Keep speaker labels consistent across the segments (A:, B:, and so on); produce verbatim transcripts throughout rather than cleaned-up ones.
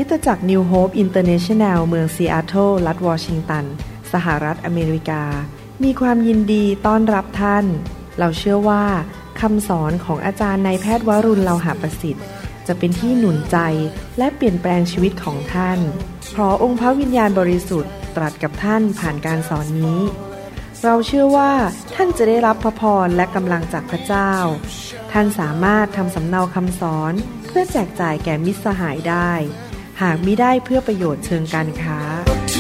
A: ตจักร New Hope International เมืองซีแอตเทิลรัฐวอชิงตันสหรัฐอเมริกามีความยินดีต้อนรับท่านเราเชื่อว่าคำสอนของอาจารย์นายแพทย์วรุณ เลาหะประสิทธิ์จะเป็นที่หนุนใจและเปลี่ยนแปลงชีวิตของท่านขอองค์พระวิญญาณบริสุทธิ์ตรัสกับท่านผ่านการสอนนี้เราเชื่อว่าท่านจะได้รับพระพรและกำลังจากพระเจ้าท่านสามารถทำสำเนาคำสอนเพื่อแจกจ่ายแก่มิตรสหายได้หากมิได้เพื่อประโยชน์เชิงการค้า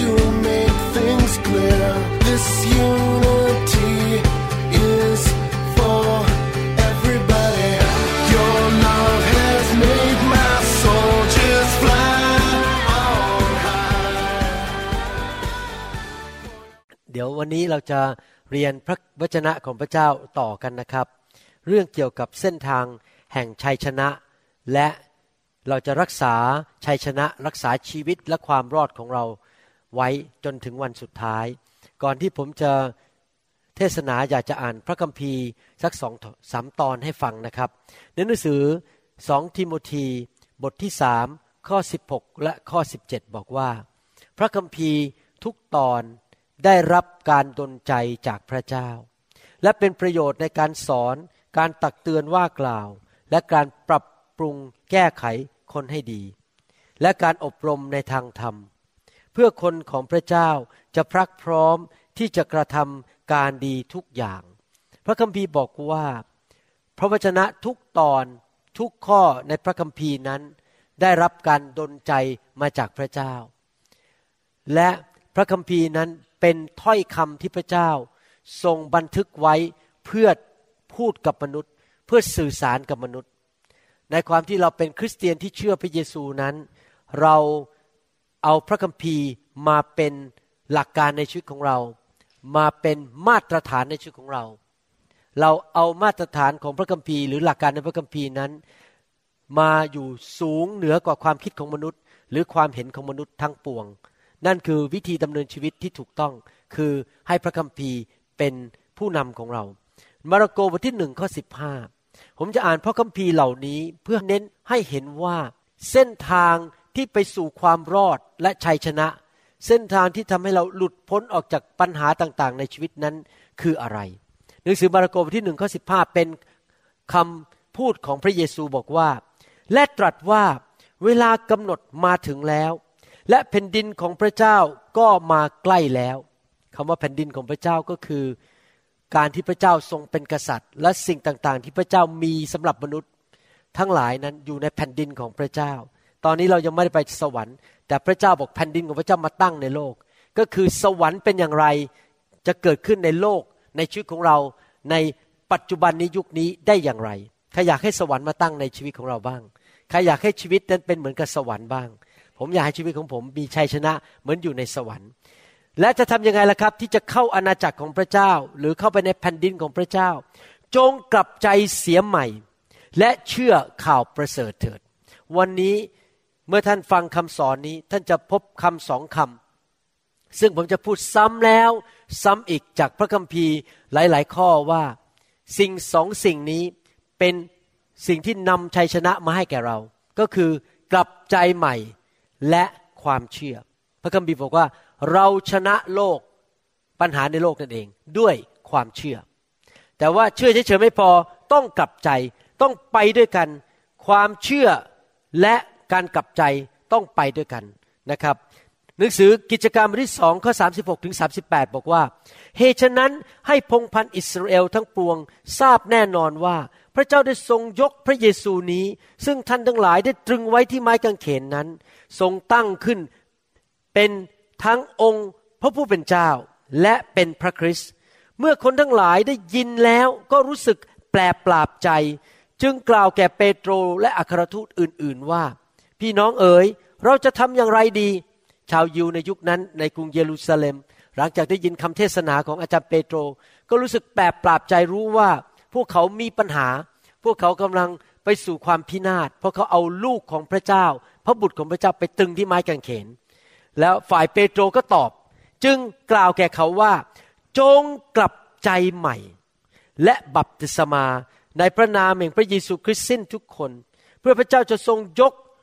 B: เดี๋ยววันนี้เราจะเรียนพระวจนะของพระเจ้าต่อกันนะครับเรื่องเกี่ยวกับเส้นทางแห่งชัยชนะและเราจะรักษาชัยชนะรักษาชีวิตและความรอดของเราไว้จนถึงวันสุดท้ายก่อนที่ผมจะเทศนาอยากจะอ่านพระคัมภีร์สักสองสามตอนให้ฟังนะครับในหนังสือสองทิโมธีบทที่สามข้อสิบหกและข้อสิบเจ็ดบอกว่าพระคัมภีร์ทุกตอนได้รับการดลใจจากพระเจ้าและเป็นประโยชน์ในการสอนการตักเตือนว่ากล่าวและการปรับปรุงแก้ไขคนให้ดีและการอบรมในทางธรรมเพื่อคนของพระเจ้าจะพรักพร้อมที่จะกระทำการดีทุกอย่างพระคัมภีร์บอกว่าพระวจนะทุกตอนทุกข้อในพระคัมภีร์นั้นได้รับการดลใจมาจากพระเจ้าและพระคัมภีร์นั้นเป็นถ้อยคำที่พระเจ้าทรงบันทึกไว้เพื่อพูดกับมนุษย์เพื่อสื่อสารกับมนุษย์ในความที่เราเป็นคริสเตียนที่เชื่อพระเยซูนั้นเราเอาพระคัมภีร์มาเป็นหลักการในชีวิตของเรามาเป็นมาตรฐานในชีวิตของเราเราเอามาตรฐานของพระคัมภีร์หรือหลักการในพระคัมภีร์นั้นมาอยู่สูงเหนือกว่าความคิดของมนุษย์หรือความเห็นของมนุษย์ทั้งปวงนั่นคือวิธีดำเนินชีวิตที่ถูกต้องคือให้พระคัมภีร์เป็นผู้นำของเรามาระโกบทที่หนึ่งข้อสิบห้าผมจะอ่านพระคัมภีร์เหล่านี้เพื่อเน้นให้เห็นว่าเส้นทางที่ไปสู่ความรอดและชัยชนะเส้นทางที่ทำให้เราหลุดพ้นออกจากปัญหาต่างๆในชีวิตนั้นคืออะไรหนังสือมาระโกบทที่หนึ่งข้อสิบห้าเป็นคำพูดของพระเยซูบอกว่าและตรัสว่าเวลากำหนดมาถึงแล้วและแผ่นดินของพระเจ้าก็มาใกล้แล้วคำว่าแผ่นดินของพระเจ้าก็คือการที่พระเจ้าทรงเป็นกษัตริย์และสิ่งต่างๆที่พระเจ้ามีสำหรับมนุษย์ทั้งหลายนั้นอยู่ในแผ่นดินของพระเจ้าตอนนี้เรายังไม่ได้ไปสวรรค์แต่พระเจ้าบอกแผ่นดินของพระเจ้ามาตั้งในโลกก็คือสวรรค์เป็นอย่างไรจะเกิดขึ้นในโลกในชีวิตของเราในปัจจุบันนี้ยุคนี้ได้อย่างไรใครอยากให้สวรรค์มาตั้งในชีวิตของเราบ้างใครอยากให้ชีวิตนั้นเป็นเหมือนกับสวรรค์บ้างผมอยากให้ชีวิตของผมมีชัยชนะเหมือนอยู่ในสวรรค์และจะทำยังไงล่ะครับที่จะเข้าอาณาจักรของพระเจ้าหรือเข้าไปในแผ่นดินของพระเจ้าจงกลับใจเสียใหม่และเชื่อข่าวประเสริฐเถิดวันนี้เมื่อท่านฟังคำสอนนี้ท่านจะพบคำสองคำซึ่งผมจะพูดซ้ำแล้วซ้ำอีกจากพระคัมภีร์หลายๆข้อว่าสิ่งสองสิ่งนี้เป็นสิ่งที่นำชัยชนะมาให้แก่เราก็คือกลับใจใหม่และความเชื่อพระคัมภีร์บอกว่าเราชนะโลกปัญหาในโลกนั่นเองด้วยความเชื่อแต่ว่าเชื่อเฉยๆไม่พอต้องกลับใจต้องไปด้วยกันความเชื่อและการกลับใจต้องไปด้วยกันนะครับหนังสือกิจการบทที่สองข้อสามสิบหกถึงสามสิบแปดบอกว่าเหตุฉะนั้นให้พงศ์พันธุ์อิสราเอลทั้งปวงทราบแน่นอนว่าพระเจ้าได้ทรงยกพระเยซูนี้ซึ่งท่านทั้งหลายได้ตรึงไว้ที่ไม้กางเขนนั้นทรงตั้งขึ้นเป็นทั้งองค์พระผู้เป็นเจ้าและเป็นพระคริสต์เมื่อคนทั้งหลายได้ยินแล้วก็รู้สึกแปลกปราบใจจึงกล่าวแก่เปโตรและอัครทูตอื่นๆว่าพี่น้องเอ๋ยเราจะทำอย่างไรดีชาวยิวในยุคนั้นในกรุงเยรูซาเล็มหลังจากได้ยินคำเทศนาของอาจารย์เปโตรก็รู้สึกแปลกปราบใจรู้ว่าพวกเขามีปัญหาพวกเขากำลังไปสู่ความพินาศเพราะเขาเอาลูกของพระเจ้าพระบุตรของพระเจ้าไปตรึงที่ไม้กางเขนแล้วฝ่ายเปโตรก็ตอบจึงกล่าวแก่เขาว่าจงกลับใจใหม่และบัพติศมาในพระนามแห่งพระเยซูคริสต์สิ้นทุกคนเพื่อพระเจ้าจะทรงยก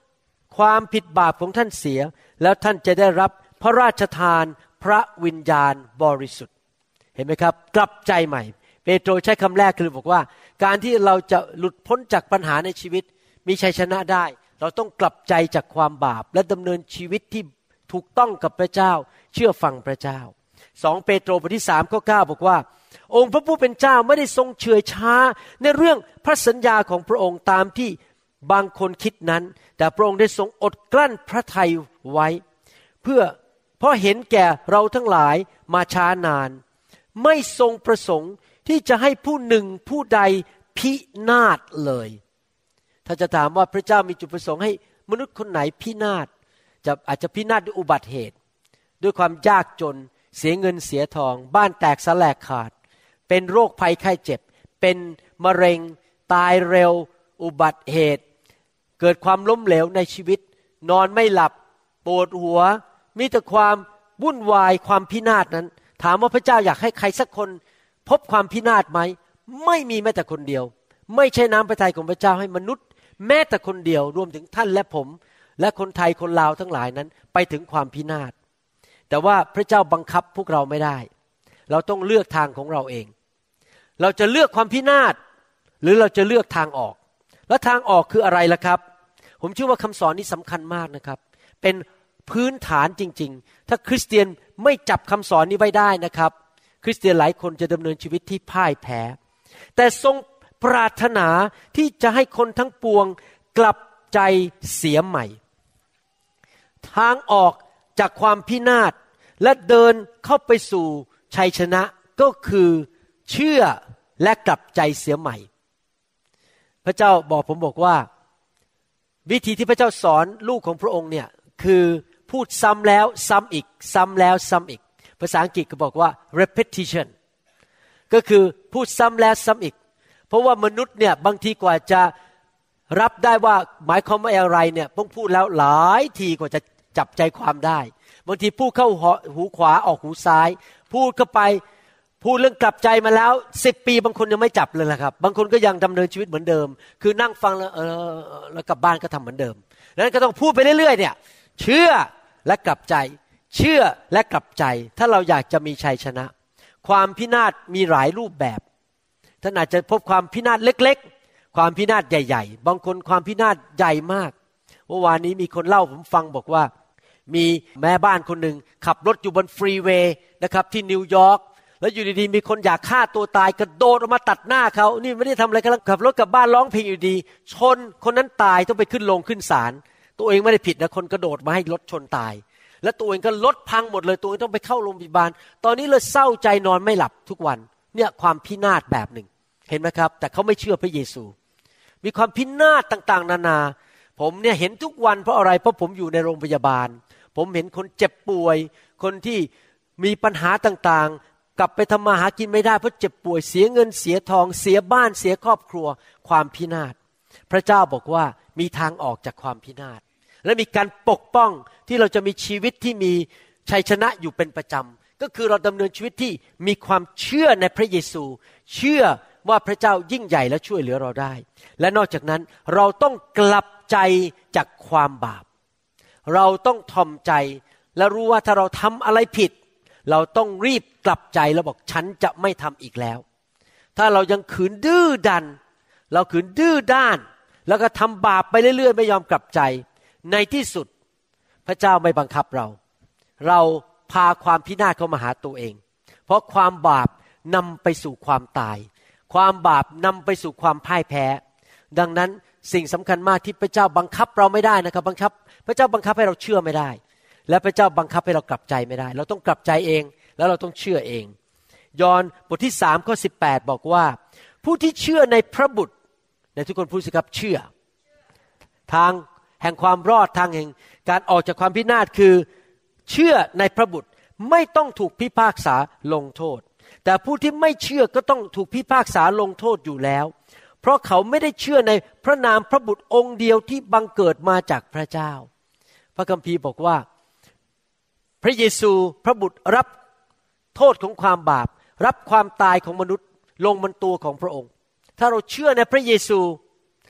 B: ความผิดบาปของท่านเสียแล้วท่านจะได้รับพระราชทานพระวิญญาณบริสุทธิ์เห็นไหมครับกลับใจใหม่เปโตรใช้คำแรกคือบอกว่าการที่เราจะหลุดพ้นจากปัญหาในชีวิตมีชัยชนะได้เราต้องกลับใจจากความบาปและดำเนินชีวิตที่ถูกต้องกับพระเจ้าเชื่อฟังพระเจ้าสองเปโตรบทที่สามข้อเก้าบอกว่าองค์พระผู้เป็นเจ้าไม่ได้ทรงเฉื่อยช้าในเรื่องพระสัญญาของพระองค์ตามที่บางคนคิดนั้นแต่พระองค์ได้ทรงอดกลั้นพระทัยไว้เพื่อเพราะเห็นแก่เราทั้งหลายมาช้านานไม่ทรงประสงค์ที่จะให้ผู้หนึ่งผู้ใดพินาศเลยถ้าจะถามว่าพระเจ้ามีจุดประสงค์ให้มนุษย์คนไหนพินาศจะอาจจะพินาศด้วยอุบัติเหตุด้วยความยากจนเสียเงินเสียทองบ้านแตกสลายขาดเป็นโรคภัยไข้เจ็บเป็นมะเร็งตายเร็วอุบัติเหตุเกิดความล้มเหลวในชีวิตนอนไม่หลับปวดหัวมีแต่ความวุ่นวายความพินาศนั้นถามว่าพระเจ้าอยากให้ใครสักคนพบความพินาศไหมไม่มีแม้แต่คนเดียวไม่ใช่น้ำพระทัยของพระเจ้าให้มนุษย์แม้แต่คนเดียวรวมถึงท่านและผมและคนไทยคนลาวทั้งหลายนั้นไปถึงความพินาศแต่ว่าพระเจ้าบังคับพวกเราไม่ได้เราต้องเลือกทางของเราเองเราจะเลือกความพินาศหรือเราจะเลือกทางออกและทางออกคืออะไรล่ะครับผมเชื่อว่าคำสอนนี้สำคัญมากนะครับเป็นพื้นฐานจริงๆถ้าคริสเตียนไม่จับคำสอนนี้ไว้ได้นะครับคริสเตียนหลายคนจะดำเนินชีวิตที่พ่ายแพ้แต่ทรงปรารถนาที่จะให้คนทั้งปวงกลับใจเสียใหม่ทางออกจากความพินาศและเดินเข้าไปสู่ชัยชนะก็คือเชื่อและกลับใจเสียใหม่พระเจ้าบอกผมบอกว่าวิธีที่พระเจ้าสอนลูกของพระองค์เนี่ยคือพูดซ้ำแล้วซ้ำอีกซ้ำแล้วซ้ำอีกภาษาอังกฤษก็บอกว่า repetition ก็คือพูดซ้ำแล้วซ้ำอีกเพราะว่ามนุษย์เนี่ยบางทีกว่าจะรับได้ว่าหมายความว่าอะไรเนี่ยต้องพูดแล้วหลายทีกว่าจะจับใจความได้บางทีพูดเข้าหูขวาออกหูซ้ายพูดเข้าไปพูดเรื่องกลับใจมาแล้วสิบปีบางคนยังไม่จับเลยนะครับบางคนก็ยังดำเนินชีวิตเหมือนเดิมคือนั่งฟังแล้วเออแล้วกลับบ้านก็ทำเหมือนเดิมนั้นก็ต้องพูดไปเรื่อยๆเนี่ยเชื่อและกลับใจเชื่อและกลับใจถ้าเราอยากจะมีชัยชนะความพินาศมีหลายรูปแบบท่านอาจจะพบความพินาศเล็กๆความพินาศใหญ่ๆบางคนความพินาศใหญ่มากเมื่อวานนี้มีคนเล่าผมฟังบอกว่ามีแม่บ้านคนหนึ่งขับรถอยู่บนฟรีเวย์นะครับที่นิวยอร์กแล้วอยู่ดีๆมีคนอยากฆ่าตัวตายกระโดดออกมาตัดหน้าเขานี่ไม่ได้ทำอะไรกันขับรถกลับบ้านร้องเพลงอยู่ดีชนคนนั้นตายต้องไปขึ้นโรงขึ้นศาลตัวเองไม่ได้ผิดนะคนกระโดดมาให้รถชนตายแล้วตัวเองก็รถพังหมดเลยตัวเองต้องไปเข้าโรงพยาบาลตอนนี้เลยเศร้าใจนอนไม่หลับทุกวันเนี่ยความพินาศแบบหนึ่งเห็นไหมครับแต่เขาไม่เชื่อพระเยซูมีความพินาศต่างๆนานาผมเนี่ยเห็นทุกวันเพราะอะไรเพราะผมอยู่ในโรงพยาบาลผมเห็นคนเจ็บป่วยคนที่มีปัญหาต่างๆกลับไปทำมาหากินไม่ได้เพราะเจ็บป่วยเสียเงินเสียทองเสียบ้านเสียครอบครัวความพินาศพระเจ้าบอกว่ามีทางออกจากความพินาศและมีการปกป้องที่เราจะมีชีวิตที่มีชัยชนะอยู่เป็นประจำก็คือเราดำเนินชีวิตที่มีความเชื่อในพระเยซูเชื่อว่าพระเจ้ายิ่งใหญ่และช่วยเหลือเราได้และนอกจากนั้นเราต้องกลับใจจากความบาปเราต้องทอมใจและรู้ว่าถ้าเราทำอะไรผิดเราต้องรีบกลับใจแล้วบอกฉันจะไม่ทำอีกแล้วถ้าเรายังขืนดื้อดันเราขืนดื้อด้านแล้วก็ทำบาปไปเรื่อยๆไม่ยอมกลับใจในที่สุดพระเจ้าไม่บังคับเราเราพาความพินาศเข้ามาหาตัวเองเพราะความบาปนำไปสู่ความตายความบาปนำไปสู่ความพ่ายแพ้ดังนั้นสิ่งสำคัญมากที่พระเจ้าบังคับเราไม่ได้นะครับบังคับพระเจ้าบังคับให้เราเชื่อไม่ได้และพระเจ้าบังคับให้เรากลับใจไม่ได้เราต้องกลับใจเองแล้วเราต้องเชื่อเองยอห์นบทที่สามข้อสิบแปดบอกว่าผู้ที่เชื่อในพระบุตรในทุกคนพูดสิครับเชื่อทางแห่งความรอดทางแห่งการออกจากความพินาศคือเชื่อในพระบุตรไม่ต้องถูกพิพากษาลงโทษแต่ผู้ที่ไม่เชื่อก็ต้องถูกพิพากษาลงโทษอยู่แล้วเพราะเขาไม่ได้เชื่อในพระนามพระบุตรองค์เดียวที่บังเกิดมาจากพระเจ้าพระคัมภีร์บอกว่าพระเยซูพระบุตรรับโทษของความบาปรับความตายของมนุษย์ลงบนตัวของพระองค์ถ้าเราเชื่อในพระเยซู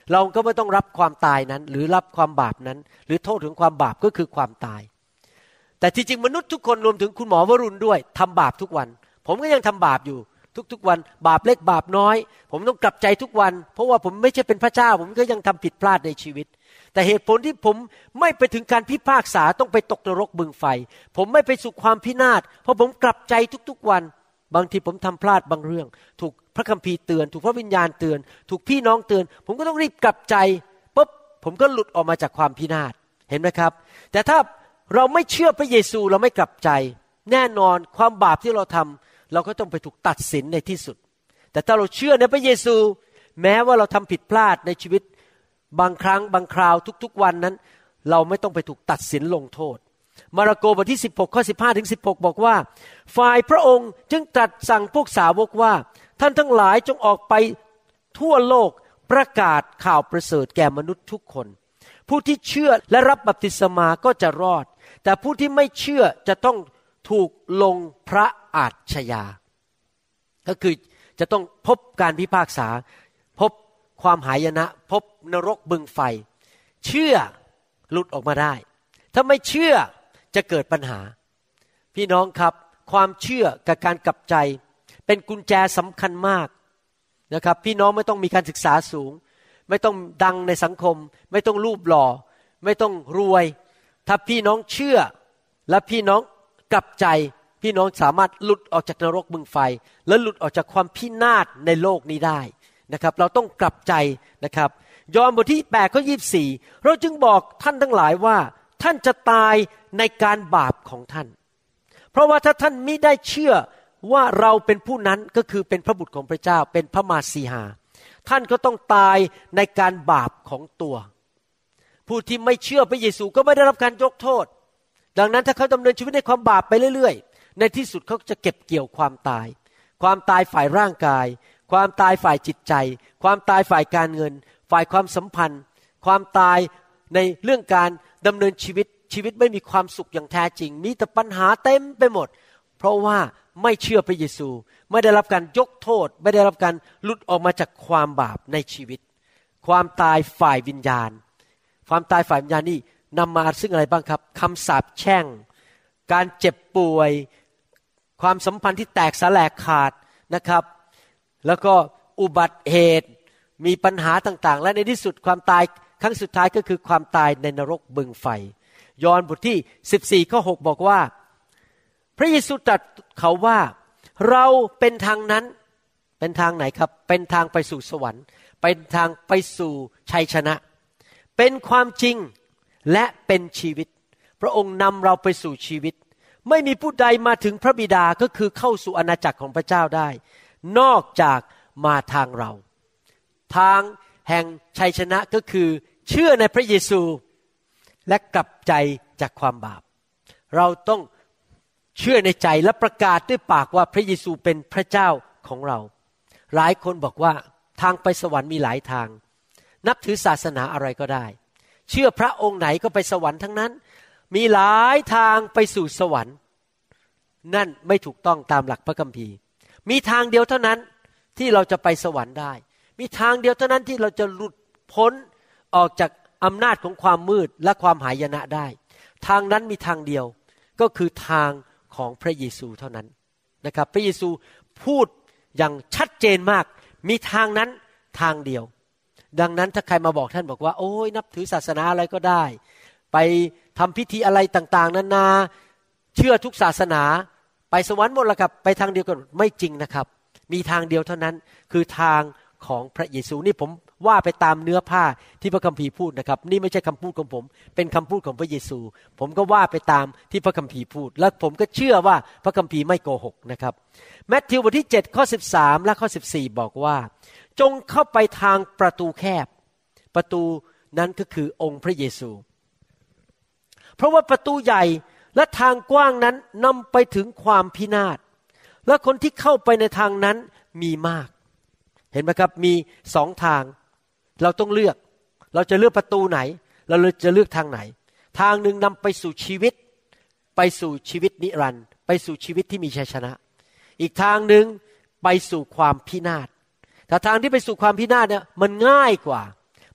B: เราก็ไม่ต้องรับความตายนั้นหรือรับความบาปนั้นหรือโทษถึงความบาปก็คือความตายแต่ที่จริงมนุษย์ทุกคนรวมถึงคุณหมอวรุณด้วยทำบาปทุกวันผมก็ยังทำบาปอยู่ทุกๆวันบาปเล็กบาปน้อยผมต้องกลับใจทุกวันเพราะว่าผมไม่ใช่เป็นพระเจ้าผมก็ยังทำผิดพลาดในชีวิตแต่เหตุผลที่ผมไม่ไปถึงการพิพากษาต้องไปตกนรกบึงไฟผมไม่ไปสู่ความพินาศเพราะผมกลับใจทุกๆวันบางทีผมทำพลาดบางเรื่องถูกพระคัมภีร์เตือนถูกพระวิญญาณเตือนถูกพี่น้องเตือนผมก็ต้องรีบกลับใจปุ๊บผมก็หลุดออกมาจากความพินาศเห็นไหมครับแต่ถ้าเราไม่เชื่อพระเยซูเราไม่กลับใจแน่นอนความบาปที่เราทำเราก็ต้องไปถูกตัดสินในที่สุดแต่ถ้าเราเชื่อในพระเยซูแม้ว่าเราทำผิดพลาดในชีวิตบางครั้งบางคราวทุกๆวันนั้นเราไม่ต้องไปถูกตัดสินลงโทษมาระโกบทที่สิบหกข้อสิบห้าถึงสิบหกบอกว่าฝ่ายพระองค์จึงตรัสสั่งพวกสาวกว่าท่านทั้งหลายจงออกไปทั่วโลกประกาศข่าวประเสริฐแก่มนุษย์ทุกคนผู้ที่เชื่อและรับบัพติศมาก็จะรอดแต่ผู้ที่ไม่เชื่อจะต้องถูกลงพระอาชญาก็คือจะต้องพบการพิพากษาพบความหายนะพบนรกบึงไฟเชื่อหลุดออกมาได้ถ้าไม่เชื่อจะเกิดปัญหาพี่น้องครับความเชื่อกับการกลับใจเป็นกุญแจสำคัญมากนะครับพี่น้องไม่ต้องมีการศึกษาสูงไม่ต้องดังในสังคมไม่ต้องรูปหล่อไม่ต้องรวยถ้าพี่น้องเชื่อและพี่น้องกลับใจพี่น้องสามารถหลุดออกจากนรกบึงไฟและหลุดออกจากความพินาศในโลกนี้ได้นะครับเราต้องกลับใจนะครับยอห์นบทที่แปดข้อยี่สิบสี่เราจึงบอกท่านทั้งหลายว่าท่านจะตายในการบาปของท่านเพราะว่าถ้าท่านมิได้เชื่อว่าเราเป็นผู้นั้นก็คือเป็นพระบุตรของพระเจ้าเป็นพระมาสีหาท่านก็ต้องตายในการบาปของตัวผู้ที่ไม่เชื่อพระเยซูก็ไม่ได้รับการยกโทษดังนั้นถ้าเขาดำเนินชีวิตในความบาปไปเรื่อยๆในที่สุดเขาจะเก็บเกี่ยวความตายความตายฝ่ายร่างกายความตายฝ่ายจิตใจความตายฝ่ายการเงินฝ่ายความสัมพันธ์ความตายในเรื่องการดำเนินชีวิตชีวิตไม่มีความสุขอย่างแท้จริงมีแต่ปัญหาเต็มไปหมดเพราะว่าไม่เชื่อพระเยซูไม่ได้รับการยกโทษไม่ได้รับการหลุดออกมาจากความบาปในชีวิตความตายฝ่ายวิญญาณความตายฝ่ายวิญญาณนี่นำมาซึ่งอะไรบ้างครับคำสาปแช่งการเจ็บป่วยความสัมพันธ์ที่แตกสลายขาดนะครับแล้วก็อุบัติเหตุมีปัญหาต่างๆและในที่สุดความตายครั้งสุดท้ายก็คือความตายในนรกบึงไฟยอห์นบทที่สิบสี่ข้อหกบอกว่าพระเยซูตรัสเขาว่าเราเป็นทางนั้นเป็นทางไหนครับเป็นทางไปสู่สวรรค์เป็นทางไปสู่ชัยชนะเป็นความจริงและเป็นชีวิตพระองค์นำเราไปสู่ชีวิตไม่มีผู้ใดมาถึงพระบิดาก็คือเข้าสู่อาณาจักรของพระเจ้าได้นอกจากมาทางเราทางแห่งชัยชนะก็คือเชื่อในพระเยซูและกลับใจจากความบาปเราต้องเชื่อในใจและประกาศด้วยปากว่าพระเยซูเป็นพระเจ้าของเราหลายคนบอกว่าทางไปสวรรค์มีหลายทางนับถือศาสนาอะไรก็ได้เชื่อพระองค์ไหนก็ไปสวรรค์ทั้งนั้นมีหลายทางไปสู่สวรรค์นั่นไม่ถูกต้องตามหลักพระคัมภีร์มีทางเดียวเท่านั้นที่เราจะไปสวรรค์ได้มีทางเดียวเท่านั้นที่เราจะหลุดพ้นออกจากอำนาจของความมืดและความหายนะได้ทางนั้นมีทางเดียวก็คือทางของพระเยซูเท่านั้นนะครับพระเยซูพูดอย่างชัดเจนมากมีทางนั้นทางเดียวดังนั้นถ้าใครมาบอกท่านบอกว่าโอ้ยนับถือศาสนาอะไรก็ได้ไปทำพิธีอะไรต่างๆนานาเชื่อทุกศาสนาไปสวรรค์หมดแล้วครับไปทางเดียวกันไม่จริงนะครับมีทางเดียวเท่านั้นคือทางของพระเยซูนี่ผมว่าไปตามเนื้อผ้าที่พระคัมภีร์พูดนะครับนี่ไม่ใช่คำพูดของผมเป็นคำพูดของพระเยซูผมก็ว่าไปตามที่พระคัมภีร์พูดและผมก็เชื่อว่าพระคัมภีร์ไม่โกหกนะครับมัทธิวบทที่เจ็ดข้อสิบสามและข้อสิบสี่บอกว่าจงเข้าไปทางประตูแคบประตูนั้นก็คือองค์พระเยซูเพราะว่าประตูใหญ่และทางกว้างนั้นนำไปถึงความพินาศและคนที่เข้าไปในทางนั้นมีมากเห็นไหมครับมีสองทางเราต้องเลือกเราจะเลือกประตูไหนเราจะเลือกทางไหนทางหนึ่งนำไปสู่ชีวิตไปสู่ชีวิตนิรันดร์ไปสู่ชีวิตที่มีชัยชนะอีกทางหนึ่งไปสู่ความพินาศแต่ทางที่ไปสู่ความพินาศเนี่ยมันง่ายกว่า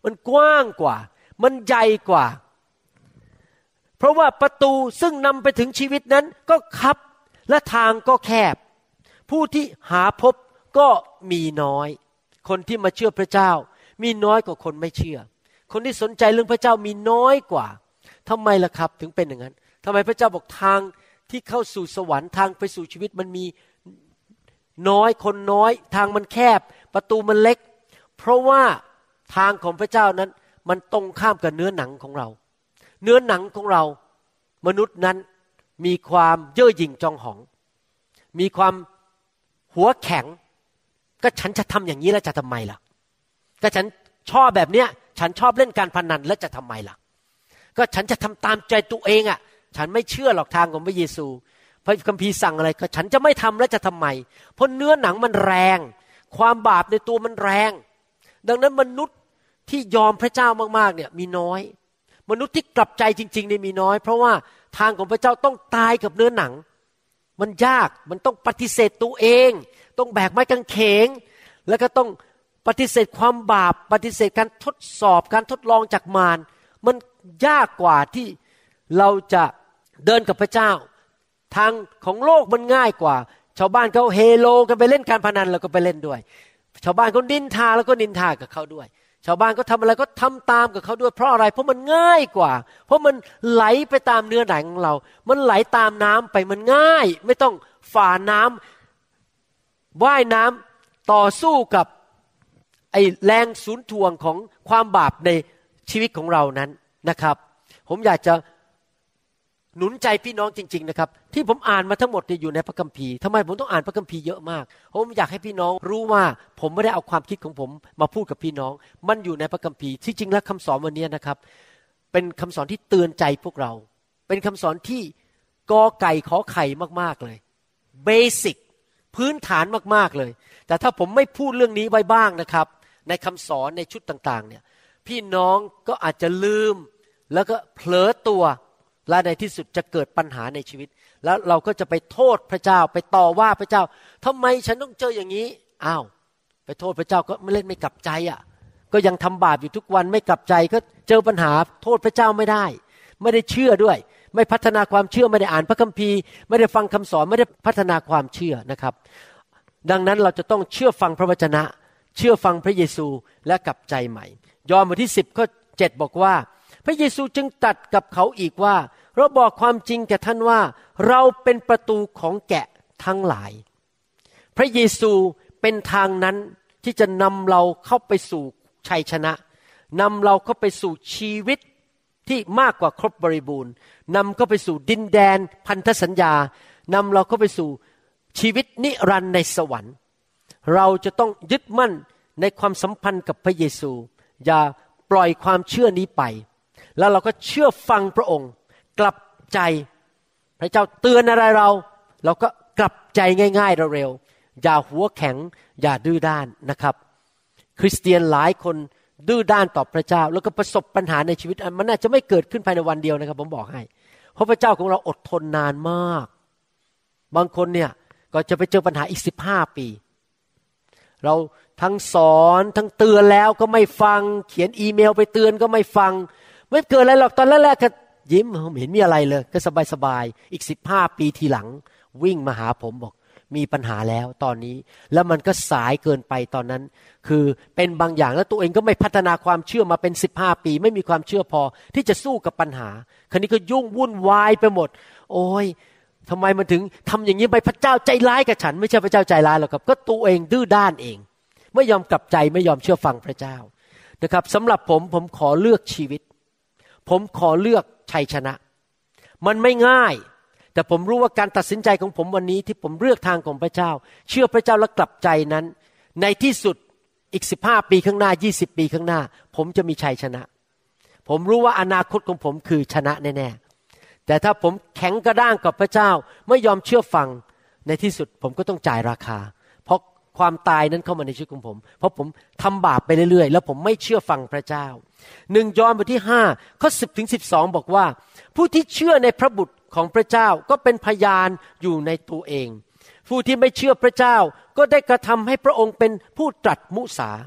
B: มันกว้างกว่ามันใหญ่กว่าเพราะว่าประตูซึ่งนำไปถึงชีวิตนั้นก็คับและทางก็แคบผู้ที่หาพบก็มีน้อยคนที่มาเชื่อพระเจ้ามีน้อยกว่าคนไม่เชื่อคนที่สนใจเรื่องพระเจ้ามีน้อยกว่าทำไมล่ะครับถึงเป็นอย่างนั้นทำไมพระเจ้าบอกทางที่เข้าสู่สวรรค์ทางไปสู่ชีวิตมันมีน้อยคนน้อยทางมันแคบประตูมันเล็กเพราะว่าทางของพระเจ้านั้นมันตรงข้ามกับเนื้อหนังของเราเนื้อหนังของเรามนุษย์นั้นมีความเย่อหยิ่งจองหองมีความหัวแข็งก็ฉันจะทำอย่างนี้แล้วจะทำไมล่ะก็ฉันชอบแบบเนี้ยฉันชอบเล่นการพนันแล้วจะทำไมล่ะก็ฉันจะทำตามใจตัวเองอ่ะฉันไม่เชื่อหรอกทางของพระเยซูพระคัมภีร์สั่งอะไรก็ฉันจะไม่ทำแล้วจะทำไมเพราะเนื้อหนังมันแรงความบาปในตัวมันแรงดังนั้นมนุษย์ที่ยอมพระเจ้ามากๆเนี่ยมีน้อยมนุษย์ที่กลับใจจริงๆเนี่ยมีน้อยเพราะว่าทางของพระเจ้าต้องตายกับเนื้อหนังมันยากมันต้องปฏิเสธตัวเองต้องแบกไม้กางเขนแล้วก็ต้องปฏิเสธความบาปปฏิเสธการทดสอบการทดลองจากมารมันยากกว่าที่เราจะเดินกับพระเจ้าทางของโลกมันง่ายกว่าชาวบ้านเขาเฮโลกันไปเล่นการพนันเราก็ไปเล่นด้วยชาวบ้านเขานินทาแล้วก็นินทากับเขาด้วยชาวบ้านก็ทำอะไรก็ทำตามกับเขาด้วยเพราะอะไรเพราะมันง่ายกว่าเพราะมันไหลไปตามเนื้อหนังของเรามันไหลตามน้ำไปมันง่ายไม่ต้องฝ่าน้ำว่ายน้ำต่อสู้กับไอ้แรงสูญถ่วงของความบาปในชีวิตของเรานั้นนะครับผมอยากจะหนุนใจพี่น้องจริงๆนะครับที่ผมอ่านมาทั้งหมดเนี่ยอยู่ในพระคัมภีร์ทำไมผมต้องอ่านพระคัมภีร์เยอะมากผมอยากให้พี่น้องรู้ว่าผมไม่ได้เอาความคิดของผมมาพูดกับพี่น้องมันอยู่ในพระคัมภีร์ที่จริงแล้วคำสอนวันนี้นะครับเป็นคำสอนที่เตือนใจพวกเราเป็นคำสอนที่กอไก่ขอไข่มากๆเลยเบสิกพื้นฐานมากๆเลยแต่ถ้าผมไม่พูดเรื่องนี้ไว้บ้างนะครับในคำสอนในชุดต่างๆเนี่ยพี่น้องก็อาจจะลืมแล้วก็เผลอตัวและในที่สุดจะเกิดปัญหาในชีวิตแล้วเราก็จะไปโทษพระเจ้าไปต่อว่าพระเจ้าทำไมฉันต้องเจออย่างนี้อ้าวไปโทษพระเจ้าก็ไม่เล่นไม่กลับใจอ่ะก็ยังทำบาปอยู่ทุกวันไม่กลับใจก็เจอปัญหาโทษพระเจ้าไม่ได้ไม่ได้เชื่อด้วยไม่พัฒนาความเชื่อไม่ได้อ่านพระคัมภีร์ไม่ได้ฟังคำสอนไม่ได้พัฒนาความเชื่อนะครับดังนั้นเราจะต้องเชื่อฟังพระวจนะเชื่อฟังพระเยซูและกลับใจใหม่ยอห์นบทที่สิบข้อเจ็ดบอกว่าพระเยซูจึงตรัสกับเขาอีกว่าเราบอกความจริงแก่ท่านว่าเราเป็นประตูของแกะทั้งหลายพระเยซูเป็นทางนั้นที่จะนำเราเข้าไปสู่ชัยชนะนำเราเข้าไปสู่ชีวิตที่มากกว่าครบบริบูรณ์นำเข้าไปสู่ดินแดนพันธสัญญานำเราเข้าไปสู่ชีวิตนิรันดร์ในสวรรค์เราจะต้องยึดมั่นในความสัมพันธ์กับพระเยซูอย่าปล่อยความเชื่อนี้ไปแล้วเราก็เชื่อฟังพระองค์กลับใจพระเจ้าเตือนอะไรเราเราก็กลับใจง่ายๆเร็วๆอย่าหัวแข็งอย่าดื้อด้านนะครับคริสเตียนหลายคนดื้อด้านต่อพระเจ้าแล้วก็ประสบปัญหาในชีวิตมันน่าจะไม่เกิดขึ้นภายในวันเดียวนะครับผมบอกให้เพราะพระเจ้าของเราอดทนนานมากบางคนเนี่ยก็จะไปเจอปัญหาอีกสิบห้าปีเราทั้งสอนทั้งเตือนแล้วก็ไม่ฟังเขียนอีเมลไปเตือนก็ไม่ฟังไม่เกิดอะไรหรอกตอนแรกๆก็ยิ้มไม่เห็นมีอะไรเลยก็สบายๆอีกสิบห้าปีทีหลังวิ่งมาหาผมบอกมีปัญหาแล้วตอนนี้แล้วมันก็สายเกินไปตอนนั้นคือเป็นบางอย่างแล้วตัวเองก็ไม่พัฒนาความเชื่อมาเป็นสิบห้าปีไม่มีความเชื่อพอที่จะสู้กับปัญหาคราวนี้ก็ยุ่งวุ่นวายไปหมดโอ้ยทำไมมันถึงทำอย่างนี้ไปพระเจ้าใจร้ายกับฉันไม่ใช่พระเจ้าใจร้ายหรอกครับก็ตัวเองดื้อด้านเองไม่ยอมกลับใจไม่ยอมเชื่อฟังพระเจ้านะครับสำหรับผมผมขอเลือกชีวิตผมขอเลือกชัยชนะมันไม่ง่ายแต่ผมรู้ว่าการตัดสินใจของผมวันนี้ที่ผมเลือกทางของพระเจ้าเชื่อพระเจ้าและกลับใจนั้นในที่สุดอีกสิบห้าปีข้างหน้ายี่สิบปีข้างหน้าผมจะมีชัยชนะผมรู้ว่าอนาคตของผมคือชนะแน่ๆแต่ถ้าผมแข็งกระด้างกับพระเจ้าไม่ยอมเชื่อฟังในที่สุดผมก็ต้องจ่ายราคาเพราะความตายนั้นเข้ามาในชีวิตของผมเพราะผมทำบาปไปเรื่อยๆแล้วผมไม่เชื่อฟังพระเจ้าหนึ่งยอห์นบทที่ห้าข้อสิบถึงสิบสองบอกว่าผู้ที่เชื่อในพระบุตรของพระเจ้าก็เป็นพยานอยู่ในตัวเองผู้ที่ไม่เชื่อพระเจ้าก็ได้กระทำให้พระองค์เป็นผู้ตรัสมุสา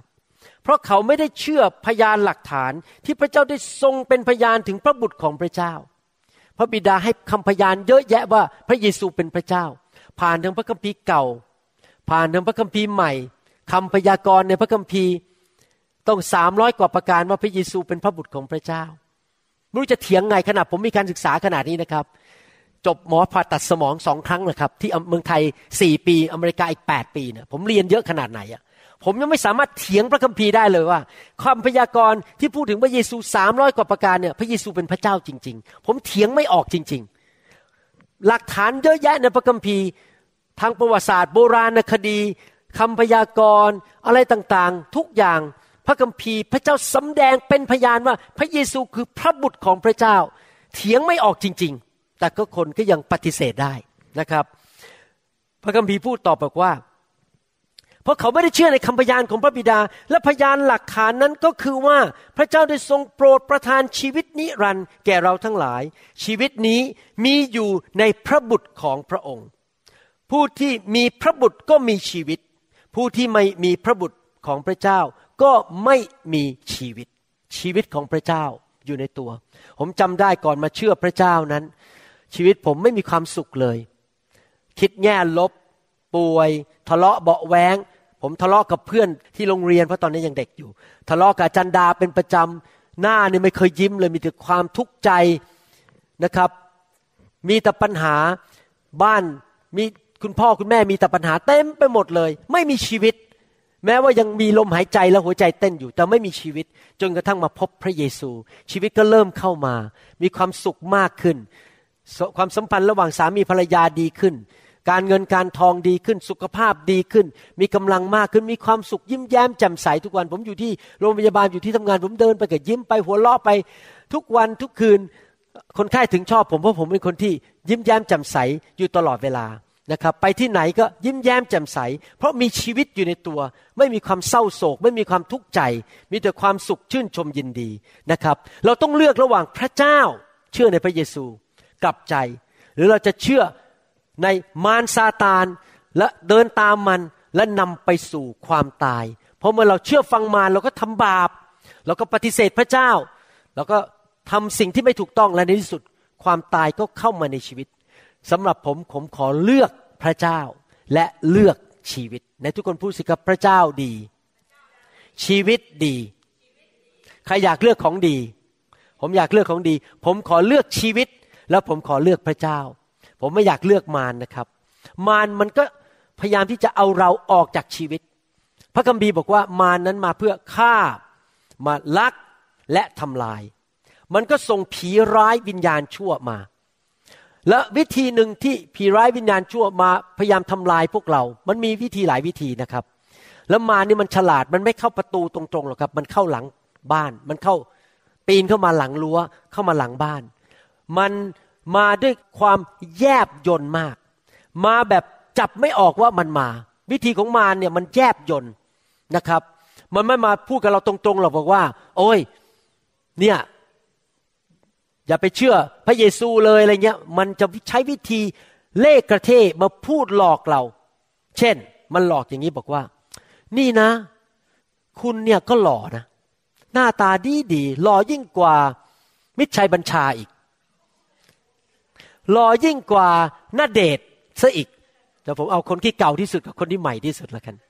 B: เพราะเขาไม่ได้เชื่อพยานหลักฐานที่พระเจ้าได้ทรงเป็นพยานถึงพระบุตรของพระเจ้าพระบิดาให้คำพยานเยอะแยะว่าพระเยซูเป็นพระเจ้าผ่านทางพระคัมภีร์เก่าผ่านทางพระคัมภีร์ใหม่คำพยากรณ์ในพระคัมภีร์ต้องสามร้อยกว่าประการว่าพระเยซูเป็นพระบุตรของพระเจ้าไม่รู้จะเถียงไงขนาดผมมีการศึกษาขนาดนี้นะครับจบหมอผ่าตัดสมองสองครั้งนะครับที่เมืองไทยสี่ปีอเมริกาอีกแปดปีเนี่ยผมเรียนเยอะขนาดไหนอ่ะผมยังไม่สามารถเถียงพระคัมภีร์ได้เลยว่าคำพยากรณ์ที่พูดถึงพระเยซูสามร้อยกว่าประการเนี่ยพระเยซูเป็นพระเจ้าจริงๆผมเถียงไม่ออกจริงๆหลักฐานเยอะแยะในพระคัมภีร์ทางประวัติศาสตร์โบราณคดีคำพยากรณ์อะไรต่างๆทุกอย่างพระคัมภีร์พระเจ้าสำแดงเป็นพยานว่าพระเยซูคือพระบุตรของพระเจ้าเถียงไม่ออกจริงๆแต่ก็คนก็ยังปฏิเสธได้นะครับพระคัมภีร์พูดต่อบอกว่าเพราะเขาไม่ได้เชื่อในคำพยานของพระบิดาและพยานหลักฐานนั้นก็คือว่าพระเจ้าได้ทรงโปรดประทานชีวิตนิรันดร์แก่เราทั้งหลายชีวิตนี้มีอยู่ในพระบุตรของพระองค์ผู้ที่มีพระบุตรก็มีชีวิตผู้ที่ไม่มีพระบุตรของพระเจ้าก็ไม่มีชีวิตชีวิตของพระเจ้าอยู่ในตัวผมจำได้ก่อนมาเชื่อพระเจ้านั้นชีวิตผมไม่มีความสุขเลยคิดแง่ลบป่วยทะเลาะเบาะแว้งผมทะเลาะกับเพื่อนที่โรงเรียนเพราะตอนนี้ยังเด็กอยู่ทะเลาะกับอาจารย์ดาเป็นประจำหน้านี่ไม่เคยยิ้มเลยมีแต่ความทุกข์ใจนะครับมีแต่ปัญหาบ้านมีคุณพ่อคุณแม่มีแต่ปัญหาเต็มไปหมดเลยไม่มีชีวิตแม้ว่ายังมีลมหายใจและหัวใจเต้นอยู่แต่ไม่มีชีวิตจนกระทั่งมาพบพระเยซูชีวิตก็เริ่มเข้ามามีความสุขมากขึ้นความสัมพันธ์ระหว่างสามีภรรยาดีขึ้นการเงินการทองดีขึ้นสุขภาพดีขึ้นมีกำลังมากขึ้นมีความสุขยิ้มแย้มแจ่มใสทุกวันผมอยู่ที่โรงพยาบาลอยู่ที่ทำงานผมเดินไปก็ยิ้มไปหัวเราะไปทุกวันทุกคืนคนไข้ถึงชอบผมเพราะผมเป็นคนที่ยิ้มแย้มแจ่มใสอยู่ตลอดเวลานะครับไปที่ไหนก็ยิ้มแย้มแจ่มใสเพราะมีชีวิตอยู่ในตัวไม่มีความเศร้าโศกไม่มีความทุกข์ใจมีแต่ความสุขชื่นชมยินดีนะครับเราต้องเลือกระหว่างพระเจ้าเชื่อในพระเยซูกลับใจหรือเราจะเชื่อในมารซาตานและเดินตามมันและนำไปสู่ความตายเพราะเมื่อเราเชื่อฟังมารเราก็ทำบาปเราก็ปฏิเสธพระเจ้าเราก็ทำสิ่งที่ไม่ถูกต้องและในที่สุดความตายก็เข้ามาในชีวิตสำหรับผมผมขอเลือกพระเจ้าและเลือกชีวิตในทุกคนพูดสิครับพระเจ้าดีชีวิตดีใครอยากเลือกของดีผมอยากเลือกของดีผมขอเลือกชีวิตแล้วผมขอเลือกพระเจ้าผมไม่อยากเลือกมารนะครับมารมันก็พยายามที่จะเอาเราออกจากชีวิตพระคัมภีร์บอกว่ามารนั้นมาเพื่อฆ่ามาลักและทำลายมันก็ส่งผีร้ายวิญญาณชั่วมาและวิธีหนึ่งที่ผีร้ายวิญญาณชั่วมาพยายามทำลายพวกเรามันมีวิธีหลายวิธีนะครับแล้วมารนี่มันฉลาดมันไม่เข้าประตูตรงๆหรอกครับมันเข้าหลังบ้านมันเข้าปีนเข้ามาหลังรั้วเข้ามาหลังบ้านมันมาด้วยความแยบยลมากมาแบบจับไม่ออกว่ามันมาวิธีของมารเนี่ยมันแยบยลนะครับมันไม่มาพูดกับเราตรงๆหรอกบอกว่าโอ้ยเนี่ยอย่าไปเชื่อพระเยซูเลยอะไรเงี้ยมันจะใช้วิธีเล่ห์กระเทมาพูดหลอกเราเช่นมันหลอกอย่างนี้บอกว่านี่นะคุณเนี่ยก็หล่อนะหน้าตาดีดีหล่อยิ่งกว่ามิตรชัยบัญชาอีกหล่อยิ่งกว่าณเดชน์ซะอีกแต่ผมเอาคนที่เก่าที่สุดกับคนที่ใหม่ที่สุดละกัน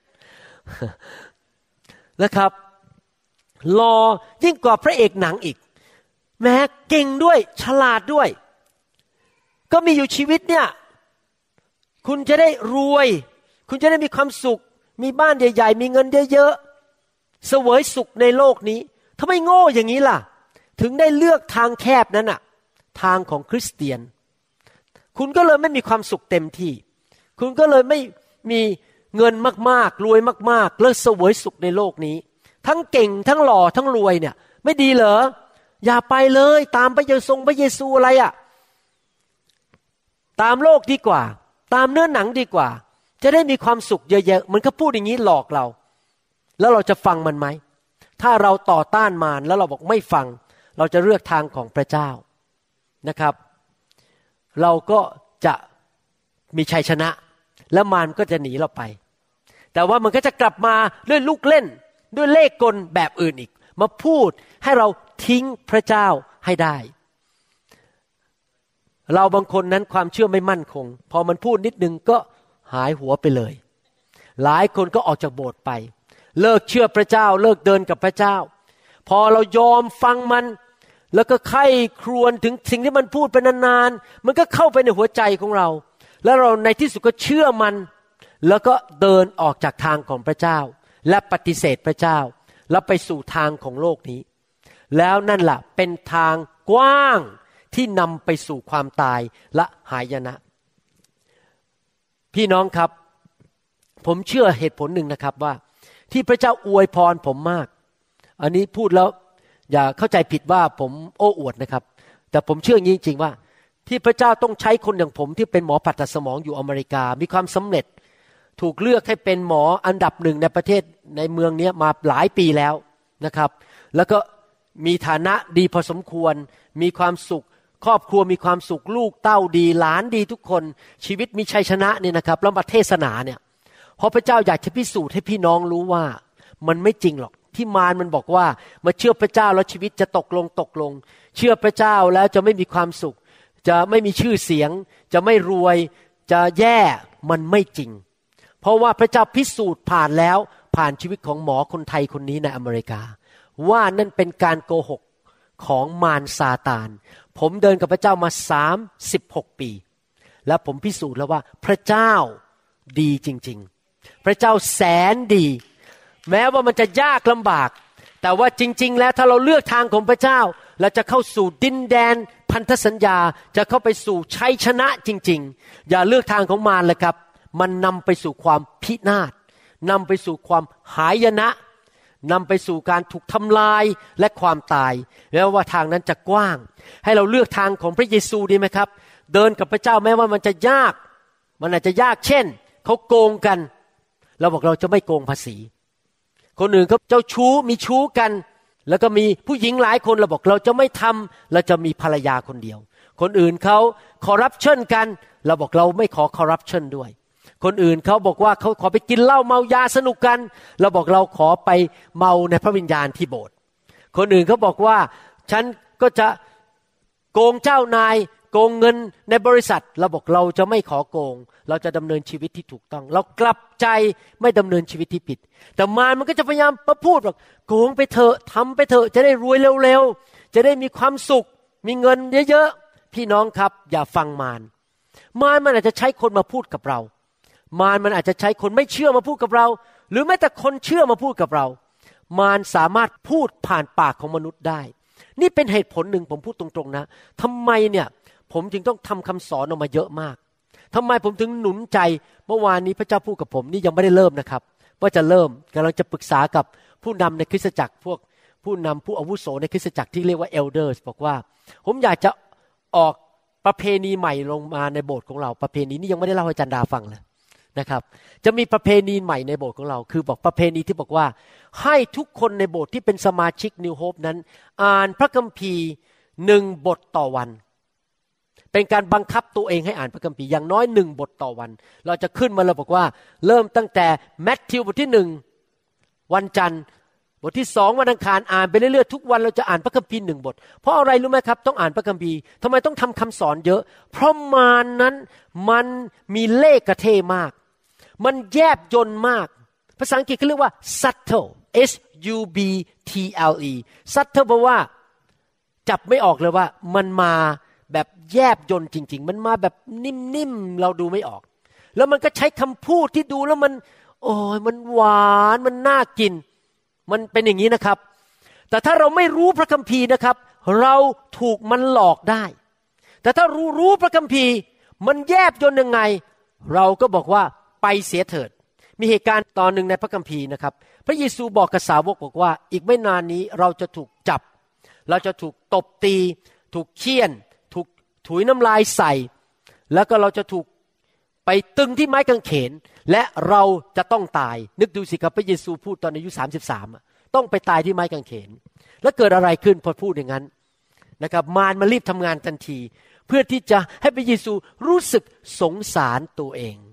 B: นะครับหล่อยิ่งกว่าพระเอกหนังอีกแม้เก่งด้วยฉลาดด้วยก็มีอยู่ชีวิตเนี่ยคุณจะได้รวยคุณจะได้มีความสุขมีบ้านใหญ่ๆมีเงินเยอะๆเสวยสุขในโลกนี้ทำไมโง่อย่างนี้ล่ะถึงได้เลือกทางแคบนั้นน่ะทางของคริสเตียนคุณก็เลยไม่มีความสุขเต็มที่คุณก็เลยไม่มีเงินมากๆรวยมากๆแล้วเสวยสุขในโลกนี้ทั้งเก่งทั้งหล่อทั้งรวยเนี่ยไม่ดีเหรออย่าไปเลยตามพระเยซูพระเยซูอะไรอ่ะตามโลกดีกว่าตามเนื้อหนังดีกว่าจะได้มีความสุขเยอะๆมันก็พูดอย่างนี้หลอกเราแล้วเราจะฟังมันไหมถ้าเราต่อต้านมารแล้วเราบอกไม่ฟังเราจะเลือกทางของพระเจ้านะครับเราก็จะมีชัยชนะแล้วมารก็จะหนีเราไปแต่ว่ามันก็จะกลับมาด้วยลูกเล่นด้วยเลขกลแบบอื่นอีกมาพูดให้เราทิ้งพระเจ้าให้ได้เราบางคนนั้นความเชื่อไม่มั่นคงพอมันพูดนิดนึงก็หายหัวไปเลยหลายคนก็ออกจากโบสถ์ไปเลิกเชื่อพระเจ้าเลิกเดินกับพระเจ้าพอเรายอมฟังมันแล้วก็ใคร่ครวญถึงสิ่งที่มันพูดไปนานๆมันก็เข้าไปในหัวใจของเราแล้วเราในที่สุดก็เชื่อมันแล้วก็เดินออกจากทางของพระเจ้าและปฏิเสธพระเจ้าแล้วไปสู่ทางของโลกนี้แล้วนั่นล่ะเป็นทางกว้างที่นำไปสู่ความตายและหายนะพี่น้องครับผมเชื่อเหตุผลหนึ่งนะครับว่าที่พระเจ้าอวยพรผมมากอันนี้พูดแล้วอย่าเข้าใจผิดว่าผมโอ้อวดนะครับแต่ผมเชื่ออย่างนี้จริงๆว่าที่พระเจ้าต้องใช้คนอย่างผมที่เป็นหมอผ่าตัดสมองอยู่อเมริกามีความสำเร็จถูกเลือกให้เป็นหมออันดับหนึ่งในประเทศในเมืองนี้มาหลายปีแล้วนะครับแล้วก็มีฐานะดีพอสมควรมีความสุขครอบครัวมีความสุขลูกเต้าดีหลานดีทุกคนชีวิตมีชัยชนะเนี่ยนะครับแล้วมาเทศนาเนี่ยเพราะพระเจ้าอยากจะพิสูจน์ให้พี่น้องรู้ว่ามันไม่จริงหรอกที่มารมันบอกว่ามาเชื่อพระเจ้าแล้วชีวิตจะตกลงตกลงเชื่อพระเจ้าแล้วจะไม่มีความสุขจะไม่มีชื่อเสียงจะไม่รวยจะแย่มันไม่จริงเพราะว่าพระเจ้าพิสูจน์ผ่านแล้วผ่านชีวิตของหมอคนไทยคนนี้ในอเมริกาว่านั่นเป็นการโกหกของมารซาตานผมเดินกับพระเจ้ามาสามสิบหกปีและผมพิสูจน์แล้วว่าพระเจ้าดีจริงๆพระเจ้าแสนดีแม้ว่ามันจะยากลำบากแต่ว่าจริงๆแล้วถ้าเราเลือกทางของพระเจ้าเราจะเข้าสู่ดินแดนพันธสัญญาจะเข้าไปสู่ชัยชนะจริงๆอย่าเลือกทางของมารเลยครับมันนำไปสู่ความพินาศนำไปสู่ความหายนะนำไปสู่การถูกทำลายและความตายแล้วว่าทางนั้นจะกว้างให้เราเลือกทางของพระเยซูดีไหมครับเดินกับพระเจ้าแม้ว่ามันจะยากมันอาจจะยากเช่นเขาโกงกันเราบอกเราจะไม่โกงภาษีคนอื่นเขาเจ้าชู้มีชู้กันแล้วก็มีผู้หญิงหลายคนเราบอกเราจะไม่ทำเราจะมีภรรยาคนเดียวคนอื่นเขาคอร์รัปชันกันเราบอกเราไม่ขอคอร์รัปชันด้วยคนอื่นเขาบอกว่าเขาขอไปกินเหล้าเมายาสนุกกันเราบอกเราขอไปเมาในพระวิญญาณที่โบสถ์คนอื่นเขาบอกว่าฉันก็จะโกงเจ้านายโกงเงินในบริษัทเราบอกเราจะไม่ขอโกงเราจะดำเนินชีวิตที่ถูกต้องเรากลับใจไม่ดำเนินชีวิตที่ผิดแต่มารมันก็จะพยายามมาพูดบอกโกงไปเถอะทำไปเถอะจะได้รวยเร็วๆจะได้มีความสุขมีเงินเยอะๆพี่น้องครับอย่าฟังมารมารมันอาจจะใช้คนมาพูดกับเรามารมันอาจจะใช้คนไม่เชื่อมาพูดกับเราหรือแม้แต่คนเชื่อมาพูดกับเรามารสามารถพูดผ่านปากของมนุษย์ได้นี่เป็นเหตุผลหนึ่งผมพูดตรงๆนะทำไมเนี่ยผมจึงต้องทำคำสอนออกมาเยอะมากทำไมผมถึงหนุนใจเมื่อวานนี้พระเจ้าพูดกับผมนี่ยังไม่ได้เริ่มนะครับว่าจะเริ่มกำลังจะปรึกษากับผู้นำในคริสตจักรพวกผู้นำผู้อาวุโสในคริสตจักรที่เรียกว่า elders บอกว่าผมอยากจะออกประเพณีใหม่ลงมาในโบสถ์ของเราประเพณีนี้ยังไม่ได้เล่าให้อาจารย์ดาฟังเลยนะครับจะมีประเพณีใหม่ในโบสถ์ของเราคือบอกประเพณีที่บอกว่าให้ทุกคนในโบสถ์ที่เป็นสมาชิก New Hope นั้นอ่านพระคัมภีร์หนึ่งบทต่อวันเป็นการบังคับตัวเองให้อ่านพระคัมภีร์อย่างน้อยหนึ่งบทต่อวันเราจะขึ้นมาเราบอกว่าเริ่มตั้งแต่แมทธิวบทที่หนึ่งวันจันทร์บทที่สองวันอังคารอ่านไปเรื่อยๆทุกวันเราจะอ่านพระคัมภีร์หนึ่งบทเพราะอะไรรู้ไหมครับต้องอ่านพระคัมภีร์ทำไมต้องทำคำสอนเยอะเพราะมารนั้นมันมีเล่ห์กระเทมากมันแยบยลมากภาษาอังกฤษเขาเรียกว่า subtle S U B T L E subtle แปลว่าจับไม่ออกเลยว่ามันมาแบบแยบยลจริงๆมันมาแบบนิ่มๆเราดูไม่ออกแล้วมันก็ใช้คำพูดที่ดูแล้วมันโอ้ยมันหวานมันน่ากินมันเป็นอย่างนี้นะครับแต่ถ้าเราไม่รู้พระคัมภีร์นะครับเราถูกมันหลอกได้แต่ถ้ารู้รู้พระคัมภีร์มันแยบยลยังไงเราก็บอกว่าไปเสียเถิดมีเหตุการณ์ตอนหนึ่งในพระคัมภีร์นะครับพระเยซูบอกกับสาวกบอกว่าอีกไม่นานนี้เราจะถูกจับเราจะถูกตบตีถูกเฆี่ยนถูกถุยน้ำลายใส่แล้วก็เราจะถูกไปตึงที่ไม้กางเขนและเราจะต้องตายนึกดูสิครับพระเยซูพูดตอนอายุสามสิบสามต้องไปตายที่ไม้กางเขนแล้วเกิดอะไรขึ้นพอพูดอย่างนั้นนะครับมารมารีบทำงานทันทีเพื่อที่จะให้พระเยซูรู้สึกสงสารตัวเอง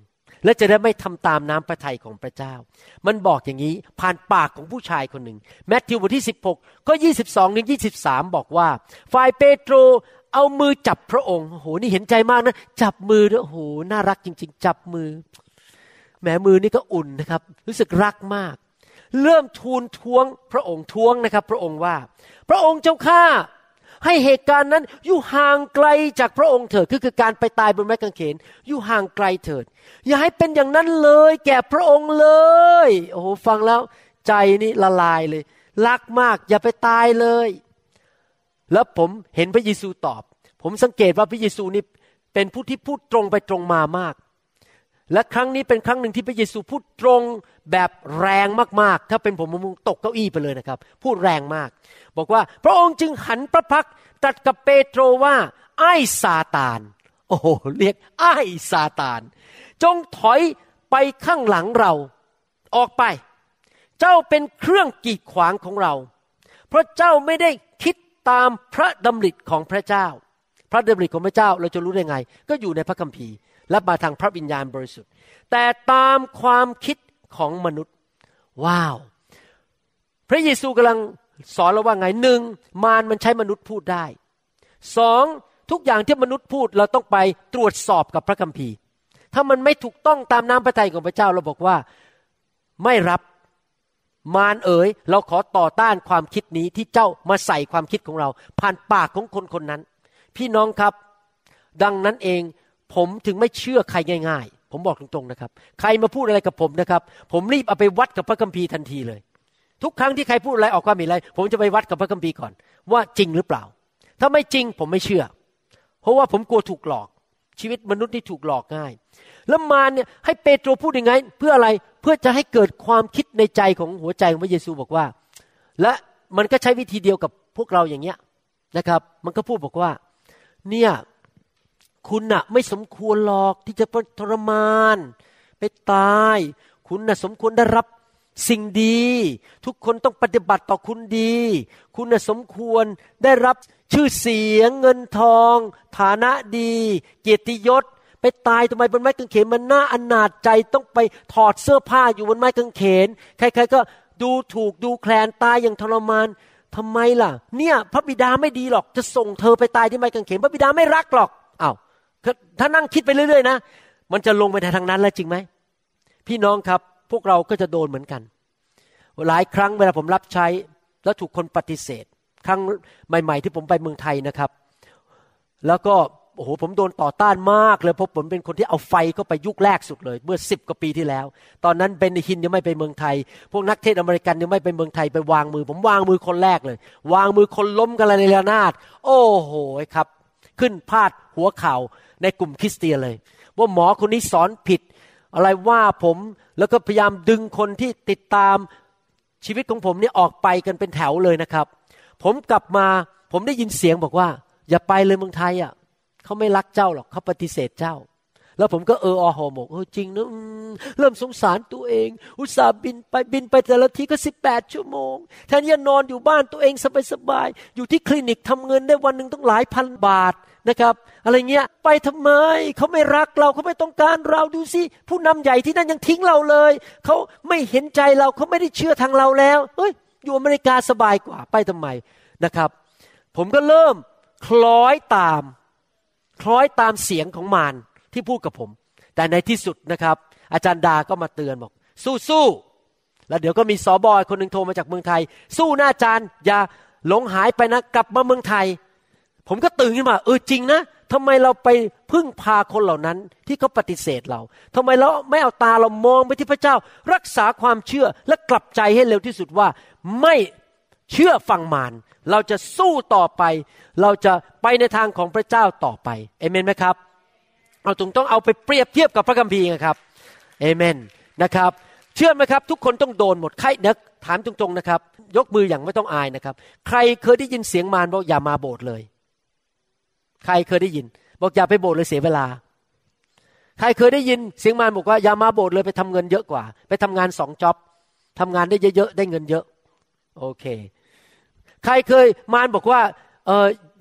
B: และจะได้ไม่ทำตามน้ำพระทัยของพระเจ้ามันบอกอย่างนี้ผ่านปากของผู้ชายคนหนึ่งแมทธิวบทที่สิบหกข้อยี่สิบสองถึงยี่สิบสามบอกว่าฝ่ายเปโตรเอามือจับพระองค์โอ้โหนี่เห็นใจมากนะจับมือด้วยโอ้โหน่ารักจริงๆจับมือแหมมือนี่ก็อุ่นนะครับรู้สึกรักมากเริ่มทูลท้วงพระองค์ท้วงนะครับพระองค์ว่าพระองค์เจ้าข้าให้เหตุการณ์นั้นอยู่ห่างไกลจากพระองค์เถิดคือคือการไปตายบนไม้กางเขนอยู่ห่างไกลเถิดอย่าให้เป็นอย่างนั้นเลยแก่พระองค์เลยโอ้โหฟังแล้วใจนี่ละลายเลยรักมากอย่าไปตายเลยแล้วผมเห็นพระเยซูตอบผมสังเกตว่าพระเยซูนี่เป็นผู้ที่พูดตรงไปตรงมามากและครั้งนี้เป็นครั้งหนึ่งที่พระเยซูพูดตรงแบบแรงมากๆถ้าเป็นผมผมตกเก้าอี้ไปเลยนะครับพูดแรงมากบอกว่าพระองค์จึงหันพระพักตร์ตรัสกับเปโตรว่าไอ้ซาตานโอ้โหเรียกไอ้ซาตานจงถอยไปข้างหลังเราออกไปเจ้าเป็นเครื่องกีดขวางของเราเพราะเจ้าไม่ได้คิดตามพระดำริของพระเจ้าพระดำริของพระเจ้าเราจะรู้ได้ไงก็อยู่ในพระคัมภีร์และมาทางพระวิญญาณบริสุทธิ์แต่ตามความคิดของมนุษย์ว้าวพระเยซูกำลังสอนเราว่าไงหนึ่งมารมันใช้มนุษย์พูดได้สองทุกอย่างที่มนุษย์พูดเราต้องไปตรวจสอบกับพระคัมภีร์ถ้ามันไม่ถูกต้องตามน้ำพระทัยของพระเจ้าเราบอกว่าไม่รับมารเอ๋ยเราขอต่อต้านความคิดนี้ที่เจ้ามาใส่ความคิดของเราผ่านปากของคนคนนั้นพี่น้องครับดังนั้นเองผมถึงไม่เชื่อใครง่ายๆผมบอกตรงๆนะครับใครมาพูดอะไรกับผมนะครับผมรีบเอาไปวัดกับพระคัมภีร์ทันทีเลยทุกครั้งที่ใครพูดอะไรออกความเห็นอะไรผมจะไปวัดกับพระคัมภีร์ก่อนว่าจริงหรือเปล่าถ้าไม่จริงผมไม่เชื่อเพราะว่าผมกลัวถูกหลอกชีวิตมนุษย์นี่ถูกหลอกง่ายแล้วมารเนี่ยให้เปโตรพูดยังไงเพื่ออะไรเพื่อจะให้เกิดความคิดในใจของหัวใจของพระเยซูบอกว่าและมันก็ใช้วิธีเดียวกับพวกเราอย่างเงี้ยนะครับมันก็พูดบอกว่าเนี่ยคุณน่ะไม่สมควรหรอกที่จะทรมานไปตายคุณน่ะสมควรได้รับสิ่งดีทุกคนต้องปฏิบัติต่อคุณดีคุณน่ะสมควรได้รับชื่อเสียงเงินทองฐานะดีเกียรติยศไปตายทำไมบนไม้กางเขนมันน่าอนาถใจต้องไปถอดเสื้อผ้าอยู่บนไม้กางเขนใครๆก็ดูถูกดูแคลนตายอย่างทรมานทำไมล่ะเนี่ยพระบิดาไม่ดีหรอกจะส่งเธอไปตายที่ไม้กางเขนพระบิดาไม่รักหรอกอ้าวถ้านั่งคิดไปเรื่อยๆนะมันจะลงไปทางนั้นแล้วจริงไหมพี่น้องครับพวกเราก็จะโดนเหมือนกันหลายครั้งเวลาผมรับใช้แล้วถูกคนปฏิเสธครั้งใหม่ๆที่ผมไปเมืองไทยนะครับแล้วก็โอ้โหผมโดนต่อต้านมากเลยเพราะผมเป็นคนที่เอาไฟเข้าไปยุคแรกสุดเลยเมื่อสิบกว่าปีที่แล้วตอนนั้นเบนฮินยังไม่ไปเมืองไทยพวกนักเทศน์อเมริกันยังไม่ไปเมืองไทยไปวางมือผมวางมือคนแรกเลยวางมือคนล้มกันในระนาดโอ้โหครับขึ้นพาดหัวข่าวในกลุ่มคริสเตียนเลยว่าหมอคนนี้สอนผิดอะไรว่าผมแล้วก็พยายามดึงคนที่ติดตามชีวิตของผมนี่ออกไปกันเป็นแถวเลยนะครับผมกลับมาผมได้ยินเสียงบอกว่าอย่าไปเลยเมืองไทยอ่ะเขาไม่รักเจ้าหรอกเขาปฏิเสธเจ้าแล้วผมก็เอออหอหมกเออจริงนะเริ่มสงสารตัวเองอุตส่าห์บินไปบินไปแต่ละทีก็สิบแปดชั่วโมงแทนที่จะนอนอยู่บ้านตัวเองสบายๆอยู่ที่คลินิกทำเงินได้วันหนึ่งต้องหลายพันบาทนะครับอะไรเงี้ยไปทำไมเขาไม่รักเราเขาไม่ต้องการเราดูสิผู้นำใหญ่ที่นั่นยังทิ้งเราเลยเขาไม่เห็นใจเราเขาไม่ได้เชื่อทางเราแล้วเฮ้ยอยู่อเมริกาสบายกว่าไปทำไมนะครับผมก็เริ่มคล้อยตามคล้อยตามเสียงของมารที่พูดกับผมแต่ในที่สุดนะครับอาจารย์ดาก็มาเตือนบอกสู้ๆแล้วเดี๋ยวก็มีสบอยคนนึงโทรมาจากเมืองไทยสู้นะอาจารย์อย่าหลงหายไปนะกลับมาเมืองไทยผมก็ตื่นขึ้นมาเออจริงนะทำไมเราไปพึ่งพาคนเหล่านั้นที่เขาปฏิเสธเราทำไมเราไม่เอาตาเรามองไปที่พระเจ้ารักษาความเชื่อและกลับใจให้เร็วที่สุดว่าไม่เชื่อฟังมารเราจะสู้ต่อไปเราจะไปในทางของพระเจ้าต่อไปเอเมนไหมครับเราต้องต้องเอาไปเปรียบเทียบกับพระคัมภีร์ครับเอเมนนะครับเชื่อไหมครับทุกคนต้องโดนหมดใครเดี๋ยวถามตรงๆนะครับยกมืออย่างไม่ต้องอายนะครับใครเคยได้ยินเสียงมารบอกอย่ามาโบสถ์เลยใครเคยได้ยินบอกอย่าไปโบสถ์เลยเสียเวลาใครเคยได้ยินเสียงมารบอกว่าอย่ามาโบสถ์เลยไปทำเงินเยอะกว่าไปทำงานสองจ็อบทำงานได้เยอะๆได้เงินเยอะโอเคใครเคยมารบอกว่าเออ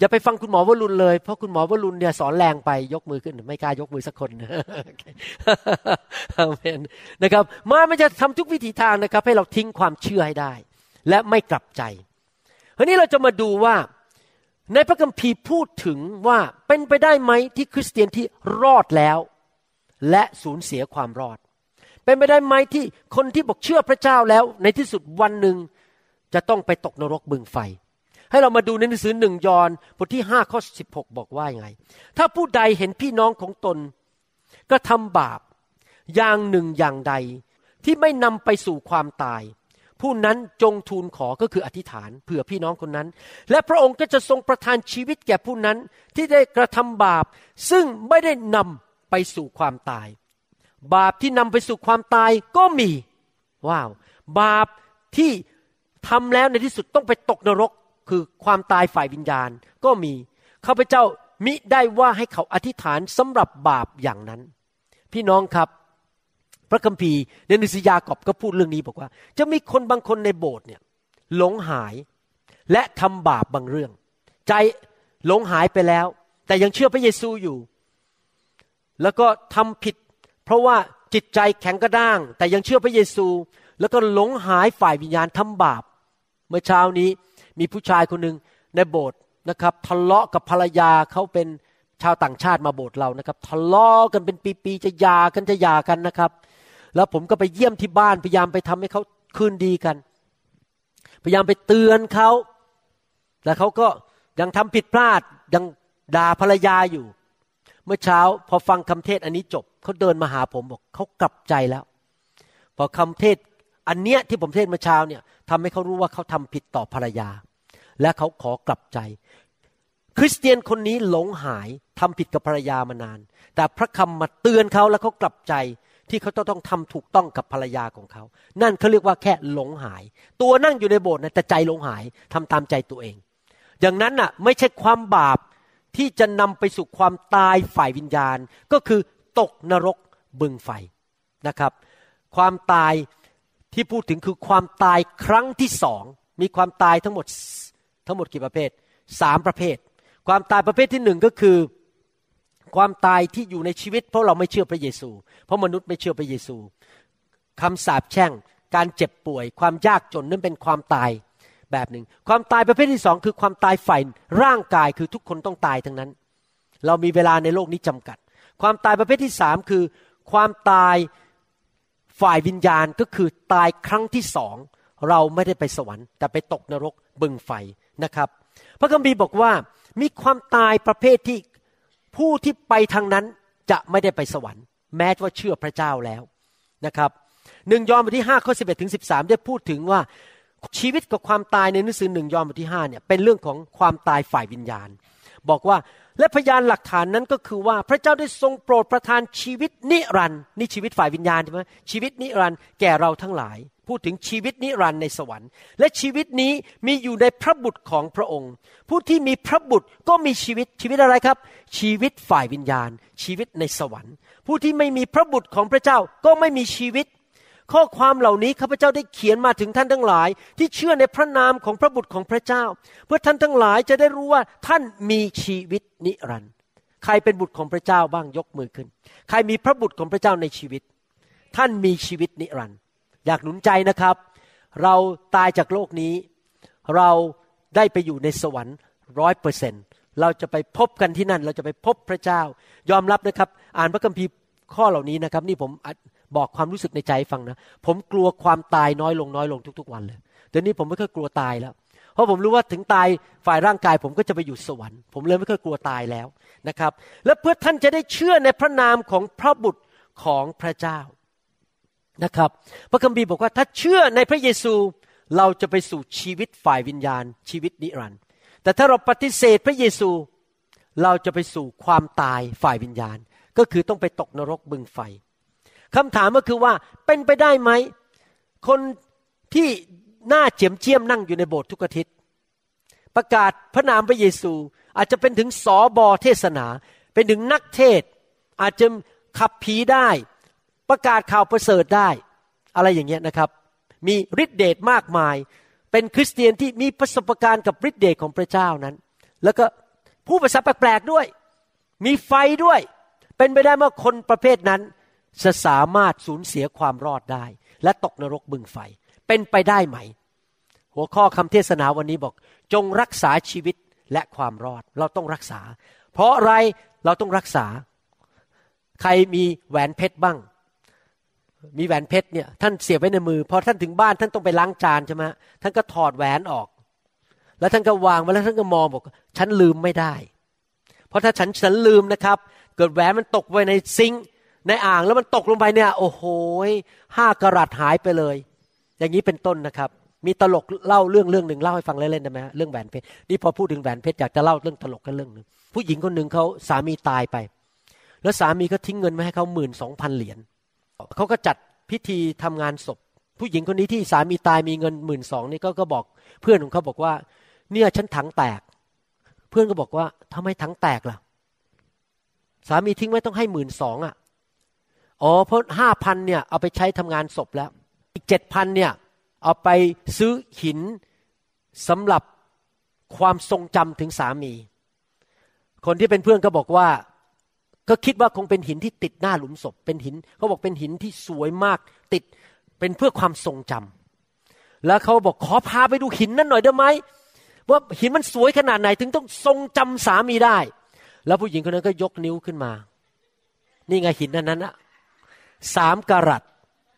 B: อย่าไปฟังคุณหมอวรุณเลยเพราะคุณหมอวรุณเนี่ยสอนแรงไปยกมือขึ้นไม่กล้ายกมือสักคนอาเมนนะครับมารมันจะทำทุกวิถีทางนะครับให้เราทิ้งความเชื่อให้ได้และไม่กลับใจทีนี้เราจะมาดูว่าในพระคัมภีร์พูดถึงว่าเป็นไปได้ไหมที่คริสเตียนที่รอดแล้วและสูญเสียความรอดเป็นไปได้ไหมที่คนที่บอกเชื่อพระเจ้าแล้วในที่สุดวันหนึ่งจะต้องไปตกนรกบึงไฟให้เรามาดูในหนังสือหนึ่งยอห์นบทที่ห้าข้อสิบหกบอกว่าอย่างไรถ้าผู้ใดเห็นพี่น้องของตนกระทำบาปอย่างหนึ่งอย่างใดที่ไม่นำไปสู่ความตายผู้นั้นจงทูลขอก็คืออธิษฐานเผื่อพี่น้องคนนั้นและพระองค์ก็จะทรงประทานชีวิตแก่ผู้นั้นที่ได้กระทำบาปซึ่งไม่ได้นำไปสู่ความตายบาปที่นำไปสู่ความตายก็มีว้าวบาปที่ทำแล้วในที่สุดต้องไปตกนรกคือความตายฝ่ายวิญญาณก็มีข้าพเจ้ามิได้ว่าให้เขาอธิษฐานสำหรับบาปอย่างนั้นพี่น้องครับพระคัมภีร์ในหนังสือยากอบก็พูดเรื่องนี้บอกว่าจะมีคนบางคนในโบสถ์เนี่ยหลงหายและทำบาปบางเรื่องใจหลงหายไปแล้วแต่ยังเชื่อพระเยซูอยู่แล้วก็ทำผิดเพราะว่าจิตใจแข็งกระด้างแต่ยังเชื่อพระเยซูแล้วก็หลงหายฝ่ายวิญญาณทำบาปเมื่อเช้านี้มีผู้ชายคนหนึ่งในโบสถ์นะครับทะเลาะกับภรรยาเขาเป็นชาวต่างชาติมาโบสถ์เรานะครับทะเลาะกันเป็นปีๆจะหย่ากันจะหย่ากันนะครับแล้วผมก็ไปเยี่ยมที่บ้านพยายามไปทำให้เขาคืนดีกันพยายามไปเตือนเขาแต่เขาก็ยังทำผิดพลาดยังด่าภรรยาอยู่เมื่อเช้าพอฟังคำเทศอันนี้จบเขาเดินมาหาผมบอกเขากลับใจแล้วพอคำเทศอันเนี้ยที่ผมเทศเมื่อเช้าเนี่ยทำให้เขารู้ว่าเขาทำผิดต่อภรรยาและเขาขอกลับใจคริสเตียนคนนี้หลงหายทำผิดกับภรรยามานานแต่พระคำมาเตือนเขาแล้วเขากลับใจที่เขาต้องทำถูกต้องกับภรรยาของเขานั่นเขาเรียกว่าแค่หลงหายตัวนั่งอยู่ในโบสถ์นะแต่ใจหลงหายทำตามใจตัวเองอย่างนั้นน่ะไม่ใช่ความบาปที่จะนำไปสู่ความตายฝ่ายวิญญาณก็คือตกนรกบึงไฟนะครับความตายที่พูดถึงคือความตายครั้งที่สองมีความตายทั้งหมดทั้งหมดกี่ประเภทสามประเภทความตายประเภทที่หนึ่งก็คือความตายที่อยู่ในชีวิตเพราะเราไม่เชื่อพระเยซูเพราะมนุษย์ไม่เชื่อพระเยซูคำสาปแช่งการเจ็บป่วยความยากจนนั่นเป็นความตายแบบหนึ่งความตายประเภทที่สองคือความตายฝ่ายร่างกายคือทุกคนต้องตายทั้งนั้นเรามีเวลาในโลกนี้จำกัดความตายประเภทที่สามคือความตายฝ่ายวิญญาณก็คือตายครั้งที่สองเราไม่ได้ไปสวรรค์แต่ไปตกนรกบึงไฟนะครับพระคัมภีร์บอกว่ามีความตายประเภทที่ผู้ที่ไปทางนั้นจะไม่ได้ไปสวรรค์แม้ว่าเชื่อพระเจ้าแล้วนะครับหนึ่งยอห์นบทที่ห้าข้อสิบเอ็ดถึงสิบสามได้พูดถึงว่าชีวิตกับความตายในหนังสือหนึ่งยอห์นบทที่ห้าเนี่ยเป็นเรื่องของความตายฝ่ายวิญญาณบอกว่าและพยานหลักฐานนั้นก็คือว่าพระเจ้าได้ทรงโปรดประทานชีวิตนิรันดร์นี่ชีวิตฝ่ายวิญญาณใช่ไหมชีวิตนิรันดร์แก่เราทั้งหลายพูดถึงชีวิตนิรันดร์ในสวรรค์และชีวิตนี้มีอยู่ในพระบุตรของพระองค์ผู้ที่มีพระบุตรก็มีชีวิตชีวิตอะไรครับชีวิตฝ่ายวิญญาณชีวิตในสวรรค์ผู้ที่ไม่มีพระบุตรของพระเจ้าก็ไม่มีชีวิตข้อความเหล่านี้ข้าพเจ้าได้เขียนมาถึงท่านทั้งหลายที่เชื่อในพระนามของพระบุตรของพระเจ้าเพื่อท่านทั้งหลายจะได้รู้ว่าท่านมีชีวิตนิรันดร์ใครเป็นบุตรของพระเจ้าบ้างยกมือขึ้นใครมีพระบุตรของพระเจ้าในชีวิตท่านมีชีวิตนิรันดร์อยากหนุนใจนะครับเราตายจากโลกนี้เราได้ไปอยู่ในสวรรค์ร้อยเปอร์เซ็นต์เราจะไปพบกันที่นั่นเราจะไปพบพระเจ้ายอมรับนะครับอ่านพระคัมภีร์ข้อเหล่านี้นะครับนี่ผมบอกความรู้สึกในใจฟังนะผมกลัวความตายน้อยลงน้อยลงทุกๆวันเลยเดี๋ยวนี้ผมไม่ค่อยกลัวตายแล้วเพราะผมรู้ว่าถึงตายฝ่ายร่างกายผมก็จะไปอยู่สวรรค์ผมเลยไม่ค่อยกลัวตายแล้วนะครับและเพื่อท่านจะได้เชื่อในพระนามของพระบุตรของพระเจ้านะครับพระคัมภีร์บอกว่าถ้าเชื่อในพระเยซูเราจะไปสู่ชีวิตฝ่ายวิญญาณชีวิตนิรันดร์แต่ถ้าเราปฏิเสธพระเยซูเราจะไปสู่ความตายฝ่ายวิญญาณก็คือต้องไปตกนรกบึงไฟคำถามก็คือว่าเป็นไปได้ไหมคนที่หน้าเจียมเจียมนั่งอยู่ในโบสถ์ทุกอาทิตย์ประกาศพระนามพระเยซูอาจจะเป็นถึงสบเทศนาเป็นถึงนักเทศอาจจะขับผีได้ประกาศข่าวประเสริฐได้อะไรอย่างเงี้ยนะครับมีฤทธิเดชมากมายเป็นคริสเตียนที่มีประสบการณ์กับฤทธิเดชของพระเจ้านั้นแล้วก็พูดภาษาแปลกๆด้วยมีไฟด้วยเป็นไปได้ว่าคนประเภทนั้นจะสามารถสูญเสียความรอดได้และตกนรกบึงไฟเป็นไปได้ไหมหัวข้อคำเทศนาวันนี้บอกจงรักษาชีวิตและความรอดเราต้องรักษาเพราะอะไรเราต้องรักษาใครมีแหวนเพชรบ้างมีแหวนเพชรเนี่ยท่านเสียบไว้ในมือพอท่านถึงบ้านท่านต้องไปล้างจานใช่ไหมท่านก็ถอดแหวนออกแล้วท่านก็วางไว้แล้วท่านก็มองบอกฉันลืมไม่ได้เพราะถ้าฉันฉันลืมนะครับเกิดแหวนมันตกไว้ในซิงค์ในอ่างแล้วมันตกลงไปเนี่ยโอ้โหห้ากะรัตหายไปเลยอย่างนี้เป็นต้นนะครับมีตลกเล่าเรื่องเรื่องหนึ่งเล่าให้ฟังเล่นๆได้ไหมเรื่องแหวนเพชรนี่พอพูดถึงแหวนเพชรอยากจะเล่าเรื่องตลกกันเรื่องนึงผู้หญิงคนหนึ่งเขาสามีตายไปแล้วสามีก็ทิ้งเงินมาให้เขาหมื่นสองพันเหรียญเขาก็จัดพิธีทำงานศพผู้หญิงคนนี้ที่สามีตายมีเงินหมื่นสองนี่ก็ก็บอกเพื่อนของเขาบอกว่าเนี่ยฉันถังแตกเพื่อนก็บอกว่าทำไมถังแตกล่ะสามีทิ้งไว้ต้องให้หมื่นสองอ่ะอ๋อเพราะห้าพันเนี่ยเอาไปใช้ทำงานศพแล้วอีกเจ็ดพันเนี่ยเอาไปซื้อหินสำหรับความทรงจำถึงสามีคนที่เป็นเพื่อนก็บอกว่าก็คิดว่าคงเป็นหินที่ติดหน้าหลุมศพเป็นหินเขาบอกเป็นหินที่สวยมากติดเป็นเพื่อความทรงจำแล้วเขาบอกขอพาไปดูหินนั้นหน่อยได้ไหมว่าหินมันสวยขนาดไหนถึงต้องทรงจำสามีได้แล้วผู้หญิงคนนั้นก็ยกนิ้วขึ้นมานี่ไงหินนั้นนะสามกะรัต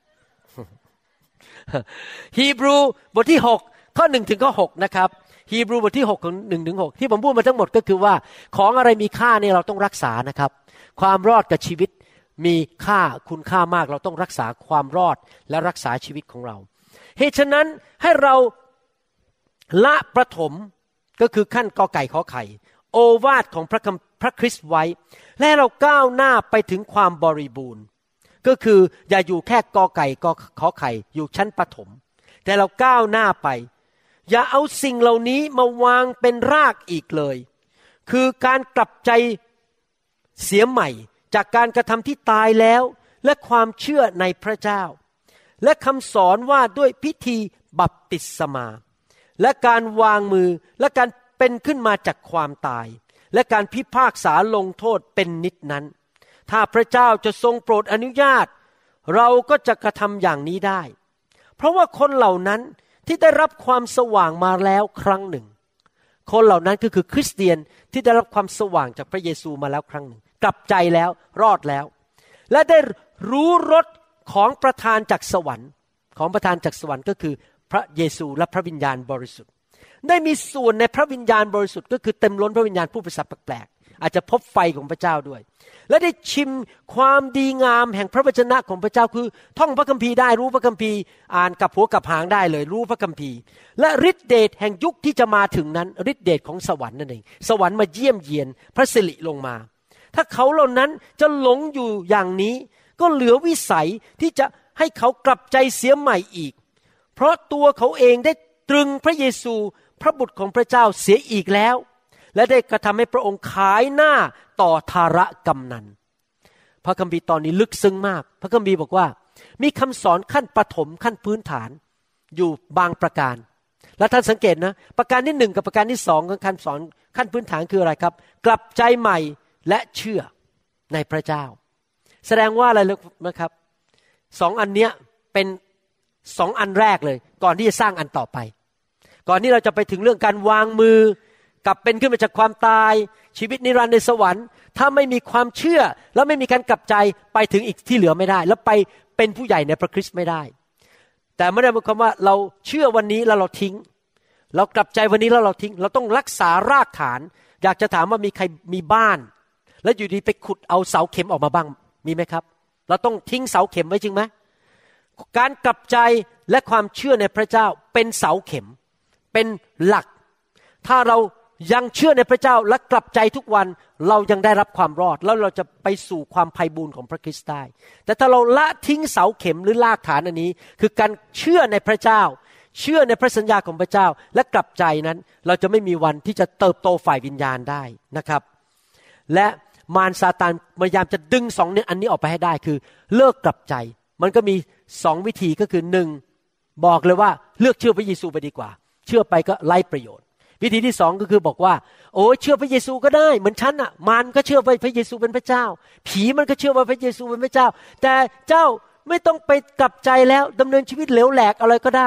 B: ฮีบรูบทที่หกข้อหนึ่งถึงข้อหกนะครับฮีบรูบทที่หกของหนึ่งถึงหกที่ผมพูดมาทั้งหมดก็คือว่าของอะไรมีค่าเนี่ยเราต้องรักษานะครับความรอดกับชีวิตมีค่าคุณค่ามากเราต้องรักษาความรอดและรักษาชีวิตของเราเหตุฉะนั้นให้เราละประถมก็คือขั้นกอไก่ขอไข่โอวาทของพระพระคริสต์ไว้และเราก้าวหน้าไปถึงความบริบูรณ์ก็คืออย่าอยู่แค่กอไก่กอขอไข่อยู่ชั้นประถมแต่เราก้าวหน้าไปอย่าเอาสิ่งเหล่านี้มาวางเป็นรากอีกเลยคือการกลับใจเสียใหม่จากการกระทำที่ตายแล้วและความเชื่อในพระเจ้าและคำสอนว่าด้วยพิธีบัพติศมาและการวางมือและการเป็นขึ้นมาจากความตายและการพิพากษาลงโทษเป็นนิจนั้นถ้าพระเจ้าจะทรงโปรดอนุญาตเราก็จะกระทำอย่างนี้ได้เพราะว่าคนเหล่านั้นที่ได้รับความสว่างมาแล้วครั้งหนึ่งคนเหล่านั้นก็คือคริสเตียนที่ได้รับความสว่างจากพระเยซูมาแล้วครั้งหนึ่งกลับใจแล้วรอดแล้วและได้รู้รสของประทานจากสวรรค์ของประทานจากสวรรค์ก็คือพระเยซูและพระวิญญาณบริสุทธิ์ได้มีส่วนในพระวิญญาณบริสุทธิ์ก็คือเต็มล้นพระวิญญาณผู้ประเสริฐแปลกๆอาจจะพบไฟของพระเจ้าด้วยและได้ชิมความดีงามแห่งพระวจนะของพระเจ้าคือท่องพระคัมภีร์ได้รู้พระคัมภีร์อ่านกับหัวกับหางได้เลยรู้พระคัมภีร์และฤทธิเดชแห่งยุคที่จะมาถึงนั้นฤทธิเดชของสวรรค์นั่นเองสวรรค์มาเยี่ยมเยียนพระสิริลงมาถ้าเขาเหล่านั้นจะหลงอยู่อย่างนี้ก็เหลือวิสัยที่จะให้เขากลับใจเสียใหม่อีกเพราะตัวเขาเองได้ตรึงพระเยซูพระบุตรของพระเจ้าเสียอีกแล้วและได้กระทำให้พระองค์ขายหน้าต่อทาระกำนันพระคัมภีร์ตอนนี้ลึกซึ้งมากพระคัมภีร์บอกว่ามีคำสอนขั้นประถมขั้นพื้นฐานอยู่บางประการและท่านสังเกตนะประการที่หนึ่งกับประการที่สองของขั้นสอนขั้นพื้นฐานคืออะไรครับกลับใจใหม่และเชื่อในพระเจ้าแสดงว่าอะไรนะครับสองอันเนี้ยเป็นสองอันแรกเลยก่อนที่จะสร้างอันต่อไปก่อนที่เราจะไปถึงเรื่องการวางมือกลับเป็นขึ้นมาจากความตายชีวิตนิรันดร์ในสวรรค์ถ้าไม่มีความเชื่อแล้วไม่มีการกลับใจไปถึงอีกที่เหลือไม่ได้แล้วไปเป็นผู้ใหญ่ในพระคริสต์ไม่ได้แต่ไม่ได้หมายความว่าเราเชื่อวันนี้แล้วเราทิ้งเรากลับใจวันนี้แล้วเราทิ้งเราต้องรักษารากฐานอยากจะถามว่ามีใครมีบ้านแล้วอยู่ดีไปขุดเอาเสาเข็มออกมาบ้างมีไหมครับเราต้องทิ้งเสาเข็มไว้จริงไหมการกลับใจและความเชื่อในพระเจ้าเป็นเสาเข็มเป็นหลักถ้าเรายังเชื่อในพระเจ้าและกลับใจทุกวันเรายังได้รับความรอดแล้วเราจะไปสู่ความไพบูลย์ของพระคริสต์ได้แต่ถ้าเราละทิ้งเสาเข็มหรือรากฐานอันนี้คือการเชื่อในพระเจ้าเชื่อในพระสัญญาของพระเจ้าและกลับใจนั้นเราจะไม่มีวันที่จะเติบโตฝ่ายวิญญาณได้นะครับและมารซาตานพยายามจะดึงสองอันนี้ออกไปให้ได้คือเลิกกลับใจมันก็มีสองวิธีก็คือหนึ่งบอกเลยว่าเลือกเชื่อพระเยซูไปดีกว่าเชื่อไปก็ไร้ประโยชน์ววิธีที่สองก็คือบอกว่าโอ้เชื่อพระเยซูก็ได้เหมือนฉันอ่ะมารก็เชื่อว่าพระเยซูเป็นพระเจ้าผีมันก็เชื่อว่าพระเยซูเป็นพระเจ้าแต่เจ้าไม่ต้องไปกลับใจแล้วดำเนินชีวิตเหลวแหลกอะไรก็ได้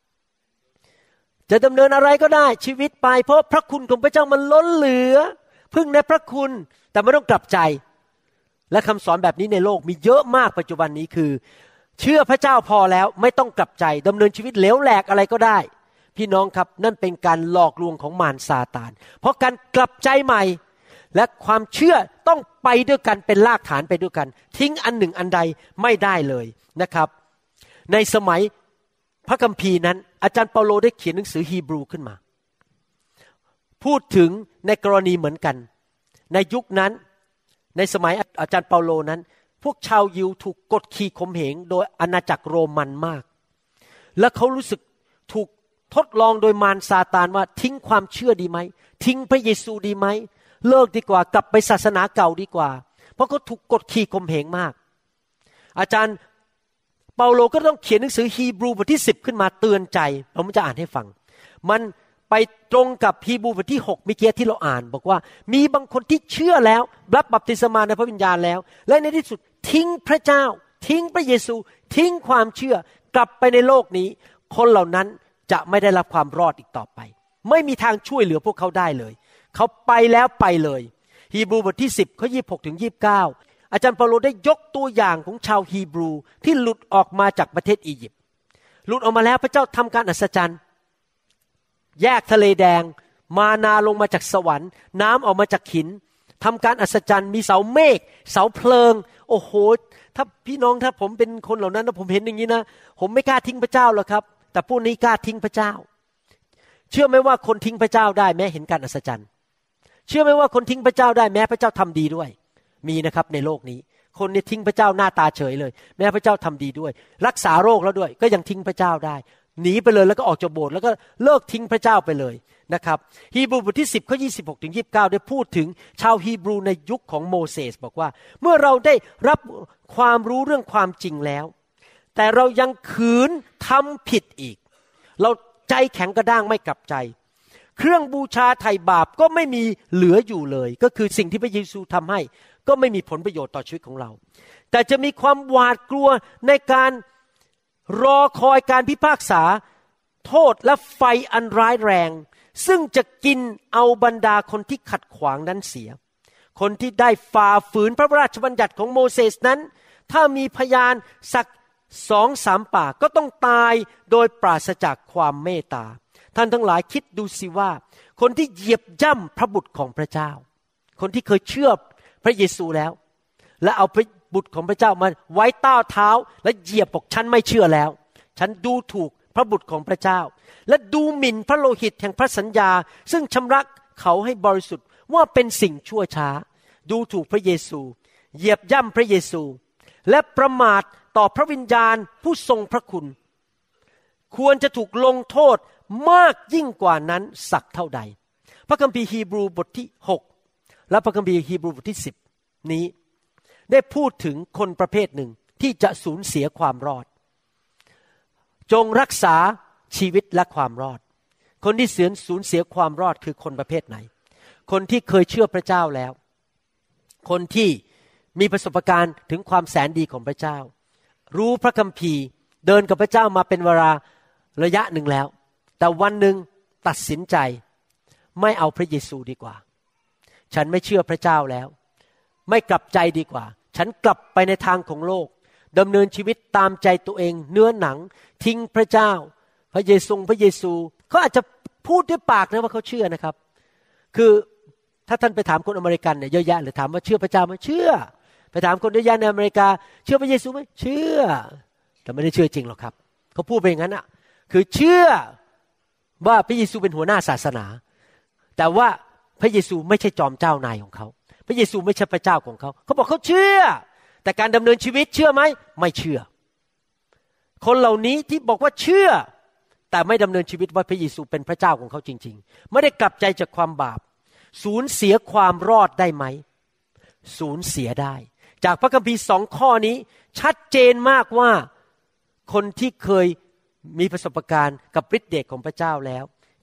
B: จะดำเนินอะไรก็ได้ชีวิตไปเพราะพระคุณของพระเจ้ามันล้นเหลือพึ่งในพระคุณแต่ไม่ต้องกลับใจและคำสอนแบบนี้ในโลกมีเยอะมากปัจจุบันนี้คือเชื่อพระเจ้าพอแล้วไม่ต้องกลับใจดำเนินชีวิตเหลวแหลกอะไรก็ได้พี่น้องครับนั่นเป็นการหลอกลวงของมารซาตานเพราะการกลับใจใหม่และความเชื่อต้องไปด้วยกันเป็นรากฐานไปด้วยกันทิ้งอันหนึ่งอันใดไม่ได้เลยนะครับในสมัยพระคัมภีร์นั้นอาจารย์เปาโลได้เขียนหนังสือฮีบรูขึ้นมาพูดถึงในกรณีเหมือนกันในยุคนั้นในสมัยอาจารย์เปาโลนั้นพวกชาวยิวถูกกดขี่ข่มเหงโดยอาณาจักรโรมันมากและเขารู้สึกถูกทดลองโดยมารซาตานว่าทิ้งความเชื่อดีไหมทิ้งพระเยซูดีไหมเลิกดีกว่ากลับไปศาสนาเก่าดีกว่าเพราะเขาถูกกดขี่ข่มเหงมากอาจารย์เปาโลก็ต้องเขียนหนังสือฮีบรูบทที่สิบขึ้นมาเตือนใจผมจะอ่านให้ฟังมันไปตรงกับฮีบรูบทที่หกเมื่อกี้ที่เราอ่านบอกว่ามีบางคนที่เชื่อแล้วรับบัพติศมาในพระวิญญาณแล้วและในที่สุดทิ้งพระเจ้าทิ้งพระเยซูทิ้งความเชื่อกลับไปในโลกนี้คนเหล่านั้นจะไม่ได้รับความรอดอีกต่อไปไม่มีทางช่วยเหลือพวกเขาได้เลยเขาไปแล้วไปเลยฮีบรูบทที่สิบข้อยี่สิบหกถึงยี่สิบเก้าอาจารย์เปาโลได้ยกตัวอย่างของชาวฮีบรูที่หลุดออกมาจากประเทศอียิปต์หลุดออกมาแล้วพระเจ้าทำการอัศจรรย์แยกทะเลแดงมานาลงมาจากสวรรค์น้ำออกมาจากหินทำการอัศจรรย์มีเสาเมฆเสาเพลิงโอ้โหถ้าพี่น้องถ้าผมเป็นคนเหล่านั้นนะผมเห็นอย่างนี้นะผมไม่กล้าทิ้งพระเจ้าหรอกครับแต่พวกนี้กล้าทิ้งพระเจ้าเชื่อไหมว่าคนทิ้งพระเจ้าได้แม้เห็นการอัศจรรย์เชื่อไหมว่าคนทิ้งพระเจ้าได้แม้พระเจ้าทำดีด้วยมีนะครับในโลกนี้คนเนี่ยทิ้งพระเจ้าหน้าตาเฉยเลยแม้พระเจ้าทำดีด้วยรักษาโรคแล้วด้วยก็ยังทิ้งพระเจ้าได้หนีไปเลยแล้วก็ออกจากโบสถ์แล้วก็เลิกทิ้งพระเจ้าไปเลยนะครับฮีบรูบทที่สิบข้อยี่สิบหกถึงยี่สิบเก้าได้พูดถึงชาวฮีบรูในยุคของโมเสสบอกว่าเมื่อเราได้รับความรู้เรื่องความจริงแล้วแต่เรายังขืนทำผิดอีกเราใจแข็งกระด้างไม่กลับใจเครื่องบูชาไถ่บาปก็ไม่มีเหลืออยู่เลยก็คือสิ่งที่พระเยซูทำให้ก็ไม่มีผลประโยชน์ต่อชีวิตของเราแต่จะมีความหวาดกลัวในการรอคอยการพิพากษาโทษและไฟอันร้ายแรงซึ่งจะกินเอาบรรดาคนที่ขัดขวางนั้นเสียคนที่ได้ฝ่าฝืนพระราชบัญญัติของโมเสสนั้นถ้ามีพยานสักสองสามปากก็ต้องตายโดยปราศจากความเมตตาท่านทั้งหลายคิดดูสิว่าคนที่เหยียบย่ำพระบุตรของพระเจ้าคนที่เคยเชื่อพระเยซูแล้วและเอาพระบุตรของพระเจ้ามาไว้ใต้เท้าและเหยียบบอกฉันไม่เชื่อแล้วฉันดูถูกพระบุตรของพระเจ้าและดูหมิ่นพระโลหิตแห่งพระสัญญาซึ่งชำระเขาให้บริสุทธิ์ว่าเป็นสิ่งชั่วช้าดูถูกพระเยซูเหยียบย่ำพระเยซูและประมาทต่อพระวิญญาณผู้ทรงพระคุณควรจะถูกลงโทษมากยิ่งกว่านั้นสักเท่าใดพระคัมภีร์ฮีบรูบทที่หกและพระคัมภีร์ฮีบรูบทที่สิบนี้ได้พูดถึงคนประเภทหนึ่งที่จะสูญเสียความรอดจงรักษาชีวิตและความรอดคนที่เสียสูญเสียความรอดคือคนประเภทไหนคนที่เคยเชื่อพระเจ้าแล้วคนที่มีประสบการณ์ถึงความแสนดีของพระเจ้ารู้พระคัมภีร์เดินกับพระเจ้ามาเป็นเวลาระยะหนึ่งแล้วแต่วันหนึ่งตัดสินใจไม่เอาพระเยซูดีกว่าฉันไม่เชื่อพระเจ้าแล้วไม่กลับใจดีกว่าฉันกลับไปในทางของโลกดำเนินชีวิตตามใจตัวเองเนื้อหนังทิ้งพระเจ้าพระเยซูพระเยซูเขาอาจจะพูดด้วยปากนะว่าเขาเชื่อนะครับคือถ้าท่านไปถามคนอเมริกันเนี่ยเยอะแยะเลยถามว่าเชื่อพระเจ้าไหมเชื่อไปถามคนเยอะแยะในอเมริกาเชื่อพระเยซูไหมเชื่อแต่ไม่ได้เชื่อจริงหรอกครับเขาพูดไปอย่างนั้นอ่ะคือเชื่อว่าพระเยซูเป็นหัวหน้าศาสนาแต่ว่าพระเยซูไม่ใช่จอมเจ้านายของเขาพระเยซูไม่ใช่พระเจ้าของเขาเขาบอกเขาเชื่อแต่การดำเนินชีวิตเชื่อไหมไม่เชื่อคนเหล่านี้ที่บอกว่าเชื่อแต่ไม่ดำเนินชีวิตว่าพระเยซูเป็นพระเจ้าของเขาจริงๆไม่ได้กลับใจจากความบาปสูญเสียความรอดได้ไหมสูญเสียได้จากพระคัมภีร์สองข้อนี้ชัดเจนมากว่าคนที่เคยมีประสบการณ์กับฤทธิ์เดชของพระเจ้าแล้ว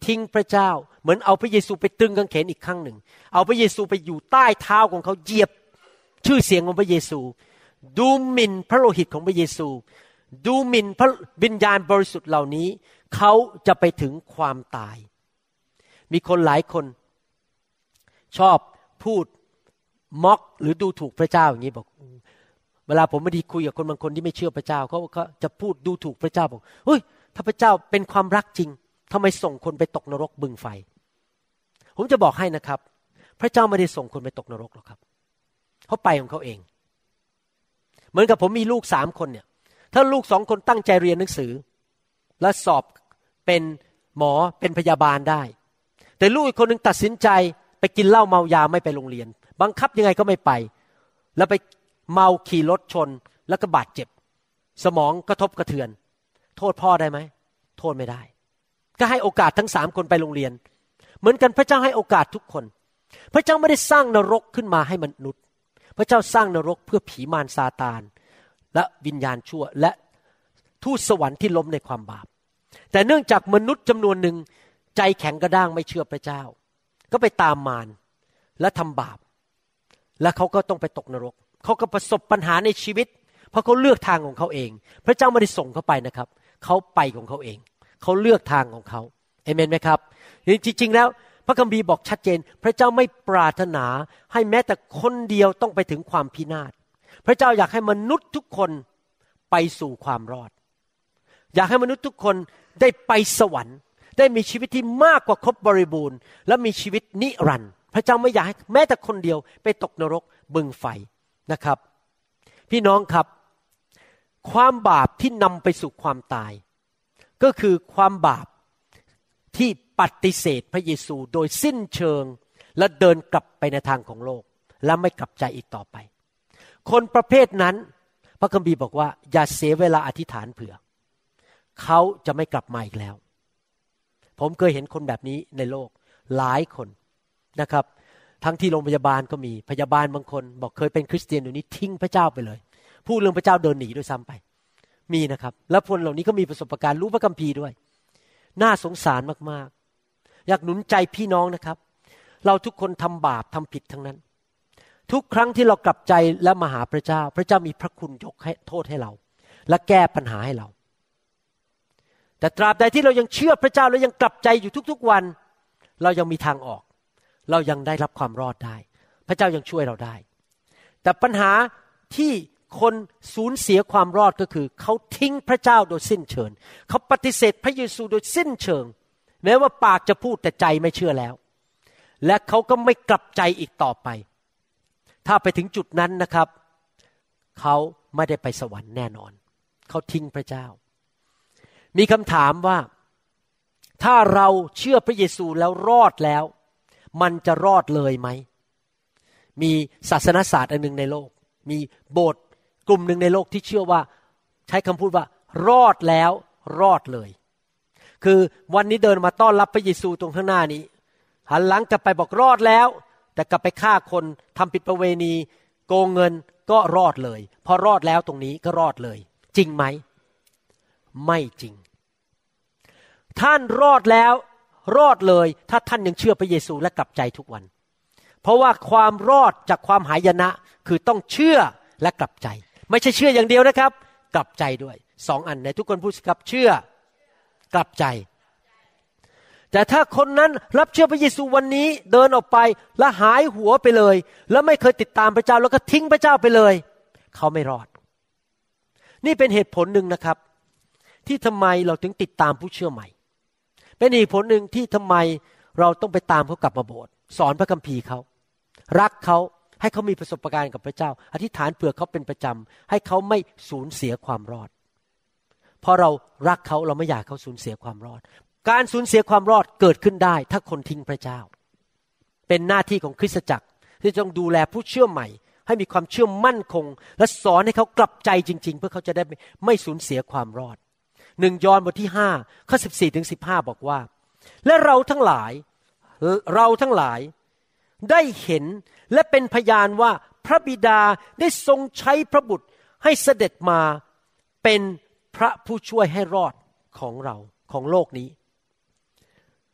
B: ทิ้งพระเจ้าเหมือนเอาพระเยซูไปตรึงกางเขนอีกครั้งหนึ่งเอาพระเยซูไปอยู่ใต้เท้าของเขาเหยียบชื่อเสียงของพระเยซูดูหมิ่นพระโลหิตของพระเยซูดูหมิ่นพระวิญญาณบริสุทธิ์เหล่านี้เขาจะไปถึงความตายมีคนหลายคนชอบพูดม็อกหรือดูถูกพระเจ้าอย่างนี้บอกเวลาผมไม่ได้คุยกับคนบางคนที่ไม่เชื่อพระเจ้าเขาเขาจะพูดดูถูกพระเจ้าบอกเฮ้ยถ้าพระเจ้าเป็นความรักจริงทำไมส่งคนไปตกนรกบึงไฟผมจะบอกให้นะครับพระเจ้าไม่ได้ส่งคนไปตกนรกหรอกครับเขาไปของเขาเองเหมือนกับผมมีลูกสามคนเนี่ยถ้าลูกสองคนตั้งใจเรียนหนังสือและสอบเป็นหมอเป็นพยาบาลได้แต่ลูกอีกคนนึงตัดสินใจไปกินเหล้าเมายาไม่ไปโรงเรียนบังคับยังไงก็ไม่ไปแล้วไปเมาขี่รถชนแล้วก็บาดเจ็บสมองกระทบกระเทือนโทษพ่อได้ไหมโทษไม่ได้ก็ให้โอกาสทั้งสามคนไปโรงเรียนเหมือนกันพระเจ้าให้โอกาสทุกคนพระเจ้าไม่ได้สร้างนรกขึ้นมาให้มนุษย์พระเจ้าสร้างนรกเพื่อผีมารซาตานและวิญญาณชั่วและทูตสวรรค์ที่ล้มในความบาปแต่เนื่องจากมนุษย์จำนวนหนึ่งใจแข็งกระด้างไม่เชื่อพระเจ้าก็ไปตามมารและทำบาปและเขาก็ต้องไปตกนรกเขาก็ประสบปัญหาในชีวิตเพราะเขาเลือกทางของเขาเองพระเจ้าไม่ได้ส่งเขาไปนะครับเขาไปของเขาเองเขาเลือกทางของเขาเอเมนไหมครับจริงๆแล้วพระคัมภีร์บอกชัดเจนพระเจ้าไม่ปรารถนาให้แม้แต่คนเดียวต้องไปถึงความพินาศพระเจ้าอยากให้มนุษย์ทุกคนไปสู่ความรอดอยากให้มนุษย์ทุกคนได้ไปสวรรค์ได้มีชีวิตที่มากกว่าครบบริบูรณ์และมีชีวิตนิรันดร์พระเจ้าไม่อยากให้แม้แต่คนเดียวไปตกนรกบึงไฟนะครับพี่น้องครับความบาปที่นำไปสู่ความตายก็คือความบาปที่ปฏิเสธพระเยซูโดยสิ้นเชิงและเดินกลับไปในทางของโลกและไม่กลับใจอีกต่อไปคนประเภทนั้นพระคัมภีร์บอกว่าอย่าเสียเวลาอธิษฐานเผื่อเขาจะไม่กลับมาอีกแล้วผมเคยเห็นคนแบบนี้ในโลกหลายคนนะครับทั้งที่โรงพยาบาลก็มีพยาบาลบางคนบอกเคยเป็นคริสเตียนอยู่นี้ทิ้งพระเจ้าไปเลยพูดเรื่องพระเจ้าเดินหนีด้วยซ้ำไปมีนะครับแล้วคนเหล่านี้ก็มีประสบการณ์รู้พระคัมภีร์ด้วยน่าสงสารมากๆอยากหนุนใจพี่น้องนะครับเราทุกคนทำบาปทำผิดทั้งนั้นทุกครั้งที่เรากลับใจและมาหาพระเจ้าพระเจ้ามีพระคุณยกให้โทษให้เราและแก้ปัญหาให้เราแต่ตราบใดที่เรายังเชื่อพระเจ้าและยังกลับใจอยู่ทุกๆวันเรายังมีทางออกเรายังได้รับความรอดได้พระเจ้ายังช่วยเราได้แต่ปัญหาที่คนสูญเสียความรอดก็คือเขาทิ้งพระเจ้าโดยสิ้นเชิงเขาปฏิเสธพระเยซูโดยสิ้นเชิงแม้ว่าปากจะพูดแต่ใจไม่เชื่อแล้วและเขาก็ไม่กลับใจอีกต่อไปถ้าไปถึงจุดนั้นนะครับเขาไม่ได้ไปสวรรค์แน่นอนเขาทิ้งพระเจ้ามีคำถามว่าถ้าเราเชื่อพระเยซูแล้วรอดแล้วมันจะรอดเลยไหมมีศาสนศาสตร์อันนึงในโลกมีโบสถ์กลุ่มหนึ่งในโลกที่เชื่อว่าใช้คำพูดว่ารอดแล้วรอดเลยคือวันนี้เดินมาต้อนรับพระเยซูตรงข้างหน้านี้หันหลังกลับไปบอกรอดแล้วแต่กลับไปฆ่าคนทำผิดประเวณีโกงเงินก็รอดเลยพอรอดแล้วตรงนี้ก็รอดเลยจริงไหมไม่จริงท่านรอดแล้วรอดเลยถ้าท่านยังเชื่อพระเยซูและกลับใจทุกวันเพราะว่าความรอดจากความหายนะคือต้องเชื่อและกลับใจไม่ใช่เชื่ออย่างเดียวนะครับกลับใจด้วยสองอันไหนทุกคนพูดครับเชื่อกลับใจแต่ถ้าคนนั้นรับเชื่อพระเยซูวันนี้เดินออกไปและหายหัวไปเลยแล้วไม่เคยติดตามพระเจ้าแล้วก็ทิ้งพระเจ้าไปเลยเขาไม่รอดนี่เป็นเหตุผลหนึ่งนะครับที่ทำไมเราถึงติดตามผู้เชื่อใหม่เป็นเหตุผลหนึ่งที่ทำไมเราต้องไปตามเขากลับมาโบสถ์สอนพระคัมภีร์เขารักเขาให้เขามีประสบการณ์กับพระเจ้าอธิษฐานเผื่อเขาเป็นประจำให้เขาไม่สูญเสียความรอดเพราะเรารักเขาเราไม่อยากเขาสูญเสียความรอดการสูญเสียความรอดเกิดขึ้นได้ถ้าคนทิ้งพระเจ้าเป็นหน้าที่ของคริสตจักรที่ต้องดูแลผู้เชื่อใหม่ให้มีความเชื่อมั่นคงและสอนให้เขากลับใจจริงๆเพื่อเขาจะได้ไม่สูญเสียความรอดหนึ่งยอห์นบทที่ห้าข้อสิบสี่ถึงสิบห้าบอกว่าและเราทั้งหลายเราทั้งหลายได้เห็นและเป็นพยานว่าพระบิดาได้ทรงใช้พระบุตรให้เสด็จมาเป็นพระผู้ช่วยให้รอดของเราของโลกนี้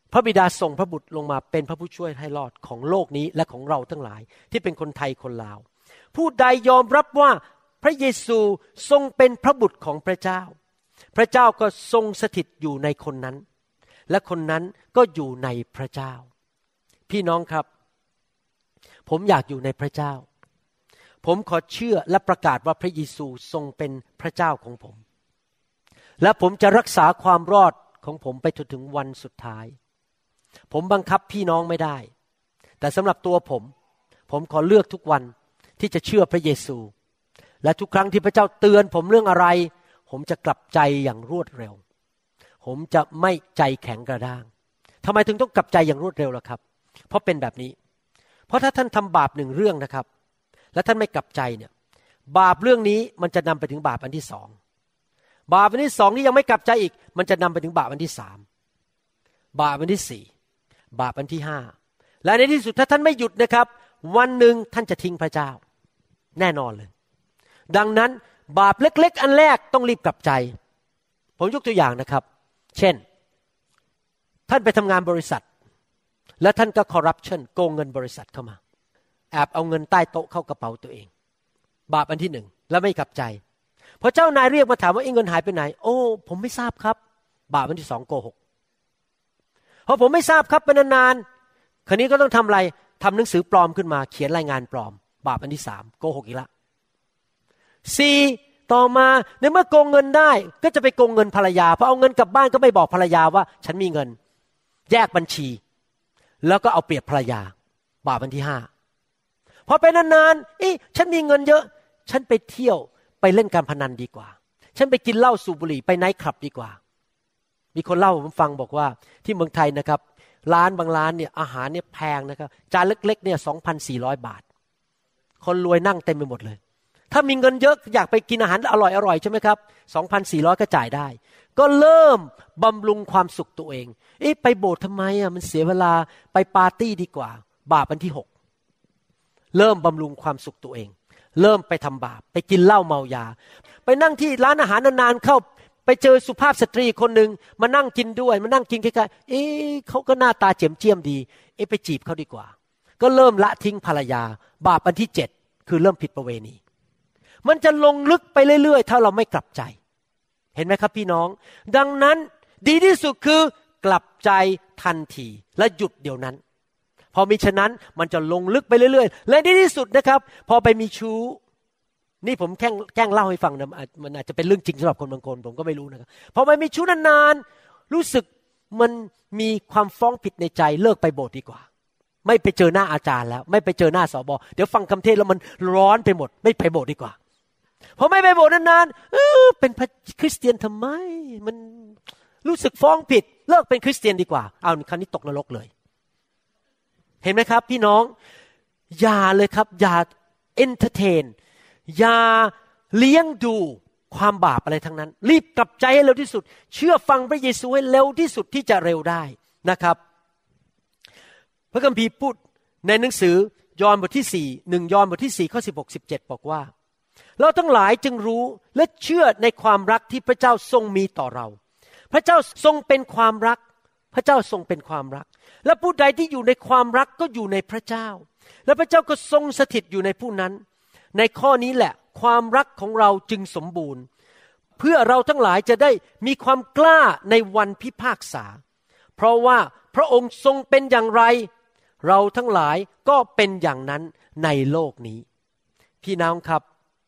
B: พระบิดาส่งพระบุตรลงมาเป็นพระผู้ช่วยให้รอดของโลกนี้และของเราทั้งหลายที่เป็นคนไทยคนลาวผู้ใดยอมรับว่าพระเยซูทรงเป็นพระบุตรของพระเจ้าพระเจ้าก็ทรงสถิตอยู่ในคนนั้นและคนนั้นก็อยู่ในพระเจ้าพี่น้องครับผมอยากอยู่ในพระเจ้าผมขอเชื่อและประกาศว่าพระเยซูทรงเป็นพระเจ้าของผมและผมจะรักษาความรอดของผมไปจนถึงวันสุดท้ายผมบังคับพี่น้องไม่ได้แต่สำหรับตัวผมผมขอเลือกทุกวันที่จะเชื่อพระเยซูและทุกครั้งที่พระเจ้าเตือนผมเรื่องอะไรผมจะกลับใจอย่างรวดเร็วผมจะไม่ใจแข็งกระด้างทำไมถึงต้องกลับใจอย่างรวดเร็วล่ะครับเพราะเป็นแบบนี้เพราะถ้าท่านทำบาปหนึ่งเรื่องนะครับและท่านไม่กลับใจเนี่ยบาปเรื่องนี้มันจะนำไปถึงบาปอันที่สองบาปอันที่สองที่ยังไม่กลับใจอีกมันจะนำไปถึงบาปอันที่สามบาปอันที่สี่บาปอันที่ห้าและในที่สุดถ้าท่านไม่หยุดนะครับวันหนึ่งท่านจะทิ้งพระเจ้าแน่นอนเลยดังนั้นบาปเล็กๆอันแรกต้องรีบกลับใจผมยกตัวอย่างนะครับเช่นท่านไปทำงานบริษัทแล้วท่านก็คอร์รัปชันโกงเงินบริษัทเข้ามาแอบเอาเงินใต้โต๊ะเข้ากระเป๋าตัวเองบาปอันที่หนึ่งแล้วไม่กลับใจพอเจ้านายเรียกมาถามว่าเงินหายไปไหนโอ้ผมไม่ทราบครับบาปอันที่สองโกหกพอผมไม่ทราบครับเป็นนานๆคราวนี้ก็ต้องทำอะไรทำหนังสือปลอมขึ้นมาเขียนรายงานปลอมบาปอันที่สามโกหกอีกละสี่ต่อมาในเมื่อโกงเงินได้ก็จะไปโกงเงินภรรยาพอเอาเงินกลับบ้านก็ไม่บอกภรรยาว่าฉันมีเงินแยกบัญชีแล้วก็เอาเปรียบภรรยาบาปอันที่ห้าพอไปนานๆเอ๊ะฉันมีเงินเยอะฉันไปเที่ยวไปเล่นการพนันดีกว่าฉันไปกินเหล้าสูบบุหรี่ไปไนท์คลับดีกว่ามีคนเล่าผมฟังบอกว่าที่เมืองไทยนะครับร้านบางร้านเนี่ยอาหารเนี่ยแพงนะครับจานเล็กๆเนี่ย สองพันสี่ร้อย บาทคนรวยนั่งเต็มไปหมดเลยถ้ามีเงินเยอะอยากไปกินอาหารอร่อยๆใช่ไหมครับ สองพันสี่ร้อย ก็จ่ายได้ก็เริ่มบำรุงความสุขตัวเองเอ๊ะไปโบสถ์ทำไมอ่ะมันเสียเวลาไปปาร์ตี้ดีกว่าบาปอันที่หกเริ่มบำรุงความสุขตัวเองเริ่มไปทำบาปไปกินเหล้าเมายาไปนั่งที่ร้านอาหารนานๆเข้าไปเจอสุภาพสตรีคนหนึ่งมานั่งกินด้วยมานั่งกินใกล้ๆเอ๊ะเขาก็หน้าตาเจียมเจียมดีเอ๊ะไปจีบเขาดีกว่าก็เริ่มละทิ้งภรรยาบาปอันที่เจ็ดคือเริ่มผิดประเวณีมันจะลงลึกไปเรื่อยๆถ้าเราไม่กลับใจเห็นไหมครับพี่น้องดังนั้นดีที่สุดคือกลับใจทันทีและหยุดเดี๋ยวนั้นพอมีฉะนั้นมันจะลงลึกไปเรื่อยๆและดีที่สุดนะครับพอไปมีชู้นี่ผมแค่แกล้งเล่าให้ฟังนะมันอาจจะเป็นเรื่องจริงสำหรับคนบางคนผมก็ไม่รู้นะครับพอไปมีชู้นานๆรู้สึกมันมีความฟ้องผิดในใจเลิกไปโบสถ์ดีกว่าไม่ไปเจอหน้าอาจารย์แล้วไม่ไปเจอหน้าสบเดี๋ยวฟังคำเทศแล้วมันร้อนไปหมดไม่ไปโบสถ์ดีกว่าพอไม่ไปโบสถ์นานๆเออเป็นคริสเตียนทำไมมันรู้สึกฟ้องผิดเลิกเป็นคริสเตียนดีกว่าเอาคราวนี้ตกนรกเลยเห็นไหมครับพี่น้องอย่าเลยครับอย่าเอนเตอร์เทนอย่าเลี้ยงดูความบาปอะไรทั้งนั้นรีบกลับใจให้เร็วที่สุดเชื่อฟังพระเยซูให้เร็วที่สุดที่จะเร็วได้นะครับพระคัมภีร์พูดในหนังสือยอห์นบทที่สี่ หนึ่งยอห์นบทที่สี่ข้อสิบหก สิบเจ็ดบอกว่าเราทั้งหลายจึงรู้และเชื่อในความรักที่พระเจ้าทรงมีต่อเราพระเจ้าทรงเป็นความรักพระเจ้าทรงเป็นความรักและผู้ใดที่อยู่ในความรักก็อยู่ในพระเจ้าและพระเจ้าก็ทรงสถิตอยู่ในผู้นั้นในข้อนี้แหละความรักของเราจึงสมบูรณ์เพื่อเราทั้งหลายจะได้มีความกล้าในวันพิพากษาเพราะว่าพระองค์ทรงเป็นอย่างไรเราทั้งหลายก็เป็นอย่างนั้นในโลกนี้พี่น้องครับ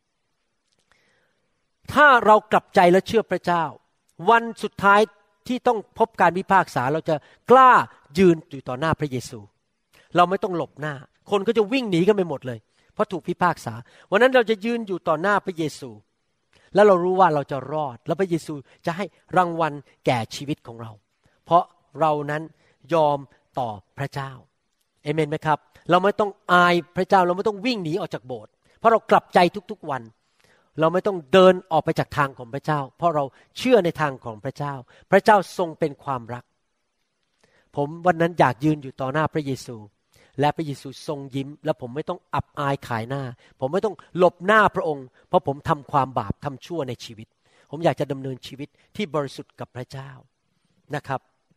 B: ถ้าเรากลับใจและเชื่อพระเจ้าวันสุดท้ายที่ต้องพบการพิพากษาเราจะกล้ายืนอยู่ต่อหน้าพระเยซูเราไม่ต้องหลบหน้าคนก็จะวิ่งหนีกันไปหมดเลยเพราะถูกพิพากษาวันนั้นเราจะยืนอยู่ต่อหน้าพระเยซูแล้วเรารู้ว่าเราจะรอดแล้วพระเยซูจะให้รางวัลแก่ชีวิตของเราเพราะเรานั้นยอมต่อพระเจ้าเอเมนไหมครับเราไม่ต้องอายพระเจ้าเราไม่ต้องวิ่งหนีออกจากโบสถ์เพราะเรากลับใจทุกๆวันเราไม่ต้องเดินออกไปจากทางของพระเจ้าเพราะเราเชื่อในทางของพระเจ้าพระเจ้าทรงเป็นความรักผมวันนั้นอยากยืนอยู่ต่อหน้าพระเยซูและพระเยซูทรงยิ้มและผมไม่ต้องอับอายขายหน้าผมไม่ต้องหลบหน้าพระองค์เพราะผมทำความบาปทำชั่วในชีวิตผมอยากจะดำเนินชีวิตที่บริสุทธิ์กับพระเจ้านะครับ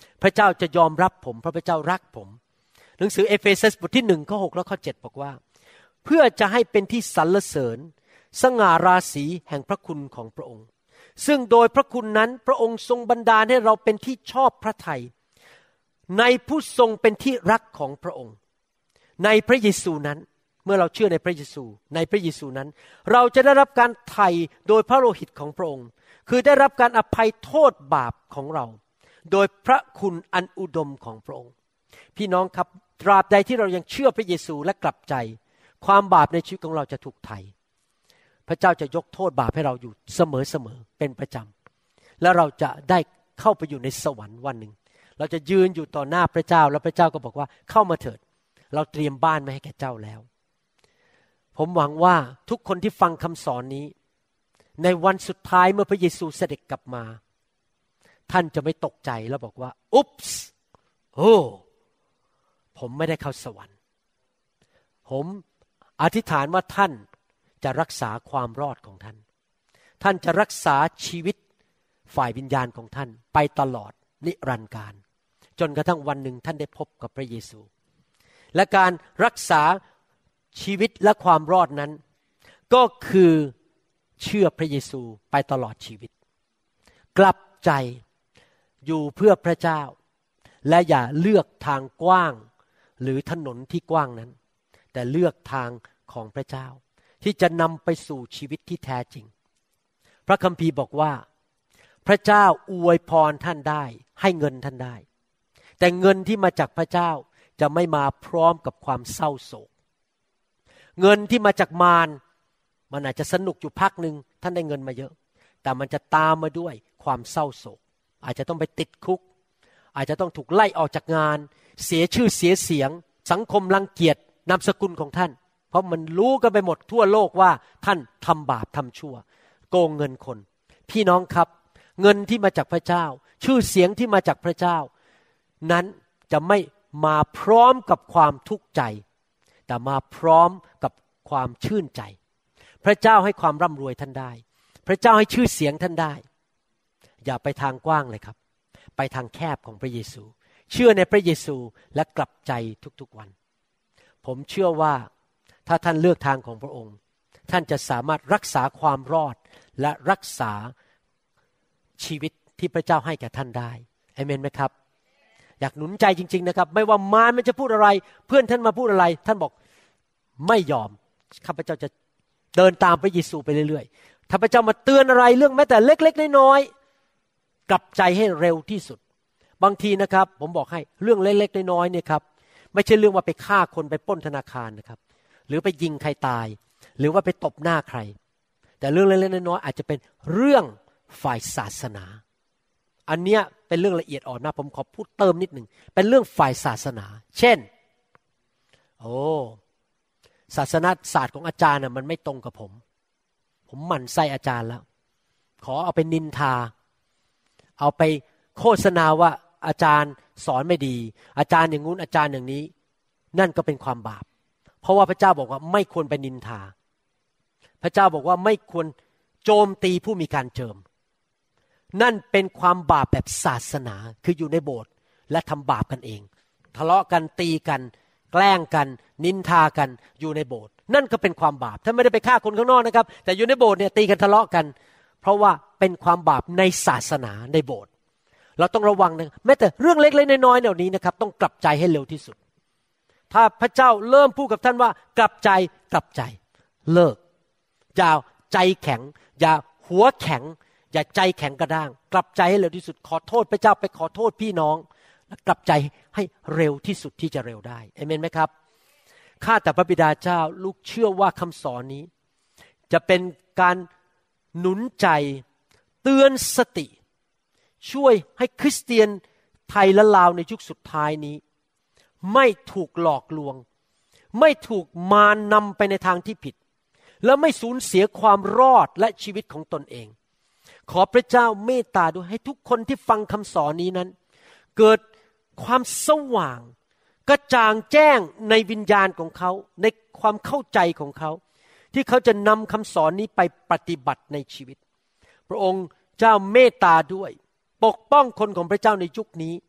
B: พระเจ้าจะยอมรับผมเพราะพระเจ้ารักผมหนังสือเอเฟซัสบทที่หนึ่งข้อหกและข้อเจ็ดบอกว่าเพื่อจะให้เป็นที่สรรเสริญสง่าราศีแห่งพระคุณของพระองค์ซึ่งโดยพระคุณนั้นพระองค์ทรงบันดาลให้เราเป็นที่ชอบพระทัยในผู้ทรงเป็นที่รักของพระองค์ในพระเยซูนั้นเมื่อเราเชื่อในพระเยซูในพระเยซูนั้นเราจะได้รับการไถ่โดยพระโลหิตของพระองค์คือได้รับการอภัยโทษบาปของเราโดยพระคุณอันอุดมของพระองค์พี่น้องครับตราบใดที่เรายังเชื่อพระเยซูและกลับใจความบาปในชีวิตของเราจะถูกไถ่พระเจ้าจะยกโทษบาปให้เราอยู่เสมอๆเป็นประจำและเราจะได้เข้าไปอยู่ในสวรรค์วันหนึ่งเราจะยืนอยู่ต่อหน้าพระเจ้าแล้วพระเจ้าก็บอกว่าเข้ามาเถิดเราเตรียมบ้านไว้ให้แก่เจ้าแล้วผมหวังว่าทุกคนที่ฟังคำสอนนี้ในวันสุดท้ายเมื่อพระเยซูเสด็จกลับมาท่านจะไม่ตกใจแล้วบอกว่าอุ๊ปส์โอ้ผมไม่ได้เข้าสวรรค์ผมอธิษฐานว่าท่านจะรักษาความรอดของท่านท่านจะรักษาชีวิตฝ่ายวิญญาณของท่านไปตลอดนิรันดร์กาลจนกระทั่งวันหนึ่งท่านได้พบกับพระเยซูและการรักษาชีวิตและความรอดนั้นก็คือเชื่อพระเยซูไปตลอดชีวิตกลับใจอยู่เพื่อพระเจ้าและอย่าเลือกทางกว้างหรือถนนที่กว้างนั้นแต่เลือกทางของพระเจ้าที่จะนำไปสู่ชีวิตที่แท้จริงพระคัมภีร์บอกว่าพระเจ้าอวยพรท่านได้ให้เงินท่านได้แต่เงินที่มาจากพระเจ้าจะไม่มาพร้อมกับความเศร้าโศกเงินที่มาจากมารมันอาจจะสนุกอยู่พักนึงท่านได้เงินมาเยอะแต่มันจะตามมาด้วยความเศร้าโศกอาจจะต้องไปติดคุกอาจจะต้องถูกไล่ออกจากงานเสียชื่อเสียเสียงสังคมรังเกียจนามสกุลของท่านเพราะมันรู้กันไปหมดทั่วโลกว่าท่านทำบาปทำชั่วโกงเงินคนพี่น้องครับเงินที่มาจากพระเจ้าชื่อเสียงที่มาจากพระเจ้านั้นจะไม่มาพร้อมกับความทุกข์ใจแต่มาพร้อมกับความชื่นใจพระเจ้าให้ความร่ำรวยท่านได้พระเจ้าให้ชื่อเสียงท่านได้อย่าไปทางกว้างเลยครับไปทางแคบของพระเยซูเชื่อในพระเยซูและกลับใจทุกๆวันผมเชื่อว่าถ้าท่านเลือกทางของพระองค์ท่านจะสามารถรักษาความรอดและรักษาชีวิตที่พระเจ้าให้แก่ท่านได้อาเมนไหมครับอยากหนุนใจจริงๆนะครับไม่ว่ามารมันจะพูดอะไรเพื่อนท่านมาพูดอะไรท่านบอกไม่ยอมข้าพเจ้าจะเดินตามพระเยซูไปเรื่อยๆถ้าพระเจ้ามาเตือนอะไรเรื่องแม้แต่เล็กๆน้อยๆกลับใจให้เร็วที่สุดบางทีนะครับผมบอกให้เรื่องเล็กๆน้อยๆเนี่ยครับไม่ใช่เรื่องว่าไปฆ่าคนไปปล้นธนาคารนะครับหรือไปยิงใครตายหรือว่าไปตบหน้าใครแต่เรื่องเล็กๆน้อยๆอาจจะเป็นเรื่องฝ่ายศาสนาอันเนี้ยเป็นเรื่องละเอียดอ่อนมากผมขอพูดเติมนิดหนึ่งเป็นเรื่องฝ่ายศาสนาเช่นโอ้ศาสนาศาสตร์ของอาจารย์น่ะมันไม่ตรงกับผมผมหมั่นไส้อาจารย์แล้วขอเอาไปนินทาเอาไปโฆษณาว่าอาจารย์สอนไม่ดีอาจารย์อย่างงู้นอาจารย์อย่างนี้นั่นก็เป็นความบาปเพราะว่าพระเจ้าบอกว่าไม่ควรไปนินทาพระเจ้าบอกว่าไม่ควรโจมตีผู้มีการเจิมนั่นเป็นความบาปแบบศาสนาคืออยู่ในโบสถ์และทำบาปกันเองทะเลาะกันตีกันแกล้งกันนินทากันอยู่ในโบสถ์นั่นก็เป็นความบาปถ้าไม่ได้ไปฆ่าคนข้างนอกนะครับแต่อยู่ในโบสถ์เนี่ยตีกันทะเลาะกันเพราะว่าเป็นความบาปในศาสนาในโบสถ์เราต้องระวังนะแม้แต่เรื่องเล็กๆน้อยๆเหล่านี้นะครับต้องกลับใจให้เร็วที่สุดถ้าพระเจ้าเริ่มพูดกับท่านว่ากลับใจกลับใจเลิกอย่าใจแข็งอย่าหัวแข็งอย่าใจแข็งกระด้างกลับใจให้เร็วที่สุดขอโทษพระเจ้าไปขอโทษพี่น้องและกลับใจให้เร็วที่สุดที่จะเร็วได้เอเมนไหมครับข้าแต่พระบิดาเจ้าลูกเชื่อว่าคำสอนนี้จะเป็นการหนุนใจเตือนสติช่วยให้คริสเตียนไทยและลาวในยุคสุดท้ายนี้ไม่ถูกหลอกลวงไม่ถูกมารนำไปในทางที่ผิดและไม่สูญเสียความรอดและชีวิตของตนเองขอพระเจ้าเมตตาด้วยให้ทุกคนที่ฟังคำสอนนี้นั้นเกิดความสว่างกระจ่างแจ้งในวิญญาณของเขาในความเข้าใจของเขาที่เขาจะนำคำสอนนี้ไปปฏิบัติในชีวิตพระองค์เจ้าเมตตาด้วยปกป้องคนของพระเจ้าในยุคนี้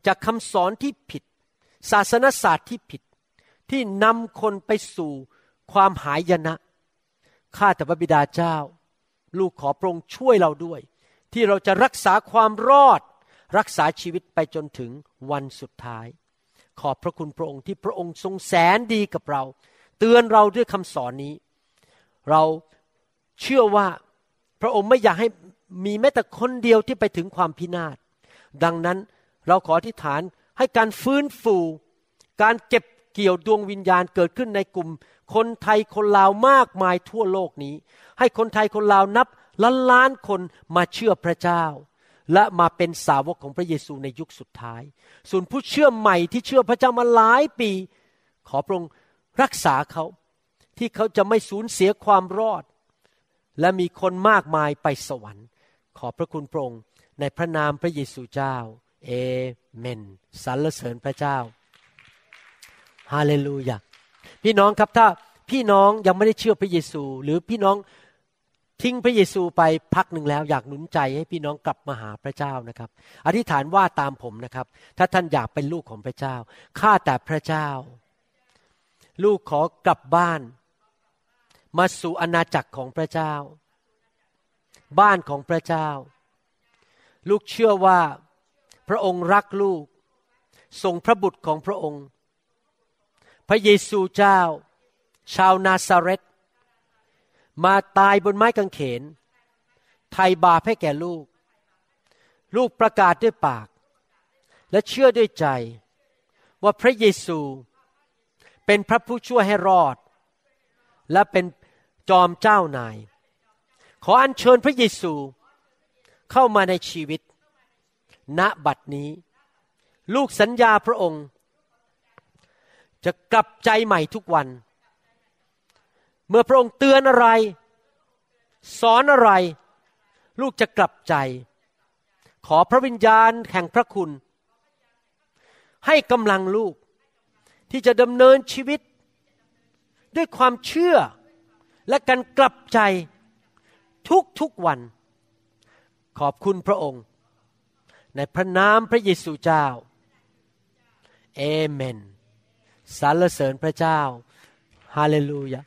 B: จากคำสอนที่ผิดศาสนศาสตร์ที่ผิดที่นำคนไปสู่ความหายนะข้าแต่พระบิดาเจ้าลูกขอพระองค์ช่วยเราด้วยที่เราจะรักษาความรอดรักษาชีวิตไปจนถึงวันสุดท้ายขอบพระคุณพระองค์ที่พระองค์ทรงแสนดีกับเราเตือนเราด้วยคำสอนนี้เราเชื่อว่าพระองค์ไม่อยากให้มีแม้แต่คนเดียวที่ไปถึงความพินาศดังนั้นเราขออธิษฐานให้การฟื้นฟูการเก็บเกี่ยวดวงวิญญาณเกิดขึ้นในกลุ่มคนไทยคนลาวมากมายทั่วโลกนี้ให้คนไทยคนลาวนับล้านล้านคนมาเชื่อพระเจ้าและมาเป็นสาวกของพระเยซูในยุคสุดท้ายส่วนผู้เชื่อใหม่ที่เชื่อพระเจ้ามาหลายปีขอพระองค์รักษาเขาที่เขาจะไม่สูญเสียความรอดและมีคนมากมายไปสวรรค์ขอพระคุณพระองค์ในพระนามพระเยซูเจ้าเอเมนสรรเสริญพระเจ้าฮาเลลูยาพี่น้องครับถ้าพี่น้องยังไม่ได้เชื่อพระเยซูหรือพี่น้องทิ้งพระเยซูไปพักหนึ่งแล้วอยากหนุนใจให้พี่น้องกลับมาหาพระเจ้านะครับอธิษฐานว่าตามผมนะครับถ้าท่านอยากเป็นลูกของพระเจ้าข้าแต่พระเจ้าลูกขอกลับบ้านมาสู่อาณาจักรของพระเจ้าบ้านของพระเจ้าลูกเชื่อว่าพระองค์รักลูกส่งพระบุตรของพระองค์พระเยซูเจ้าชาวนาซาเรตมาตายบนไม้กางเขนไถ่บาปให้แก่ลูกลูกประกาศด้วยปากและเชื่อด้วยใจว่าพระเยซูเป็นพระผู้ช่วยให้รอดและเป็นจอมเจ้านายขออัญเชิญพระเยซูเข้ามาในชีวิตณบัดนี้ลูกสัญญาพระองค์จะกลับใจใหม่ทุกวันเมื่อพระองค์เตือนอะไรสอนอะไรลูกจะกลับใจขอพระวิญญาณแห่งพระคุณให้กำลังลูกที่จะดำเนินชีวิตด้วยความเชื่อและการกลับใจทุกๆวันขอบคุณพระองค์ในพระนามพระเยซูเจ้าเอเมนสรรเสริญพระเจ้าฮาเลลูยา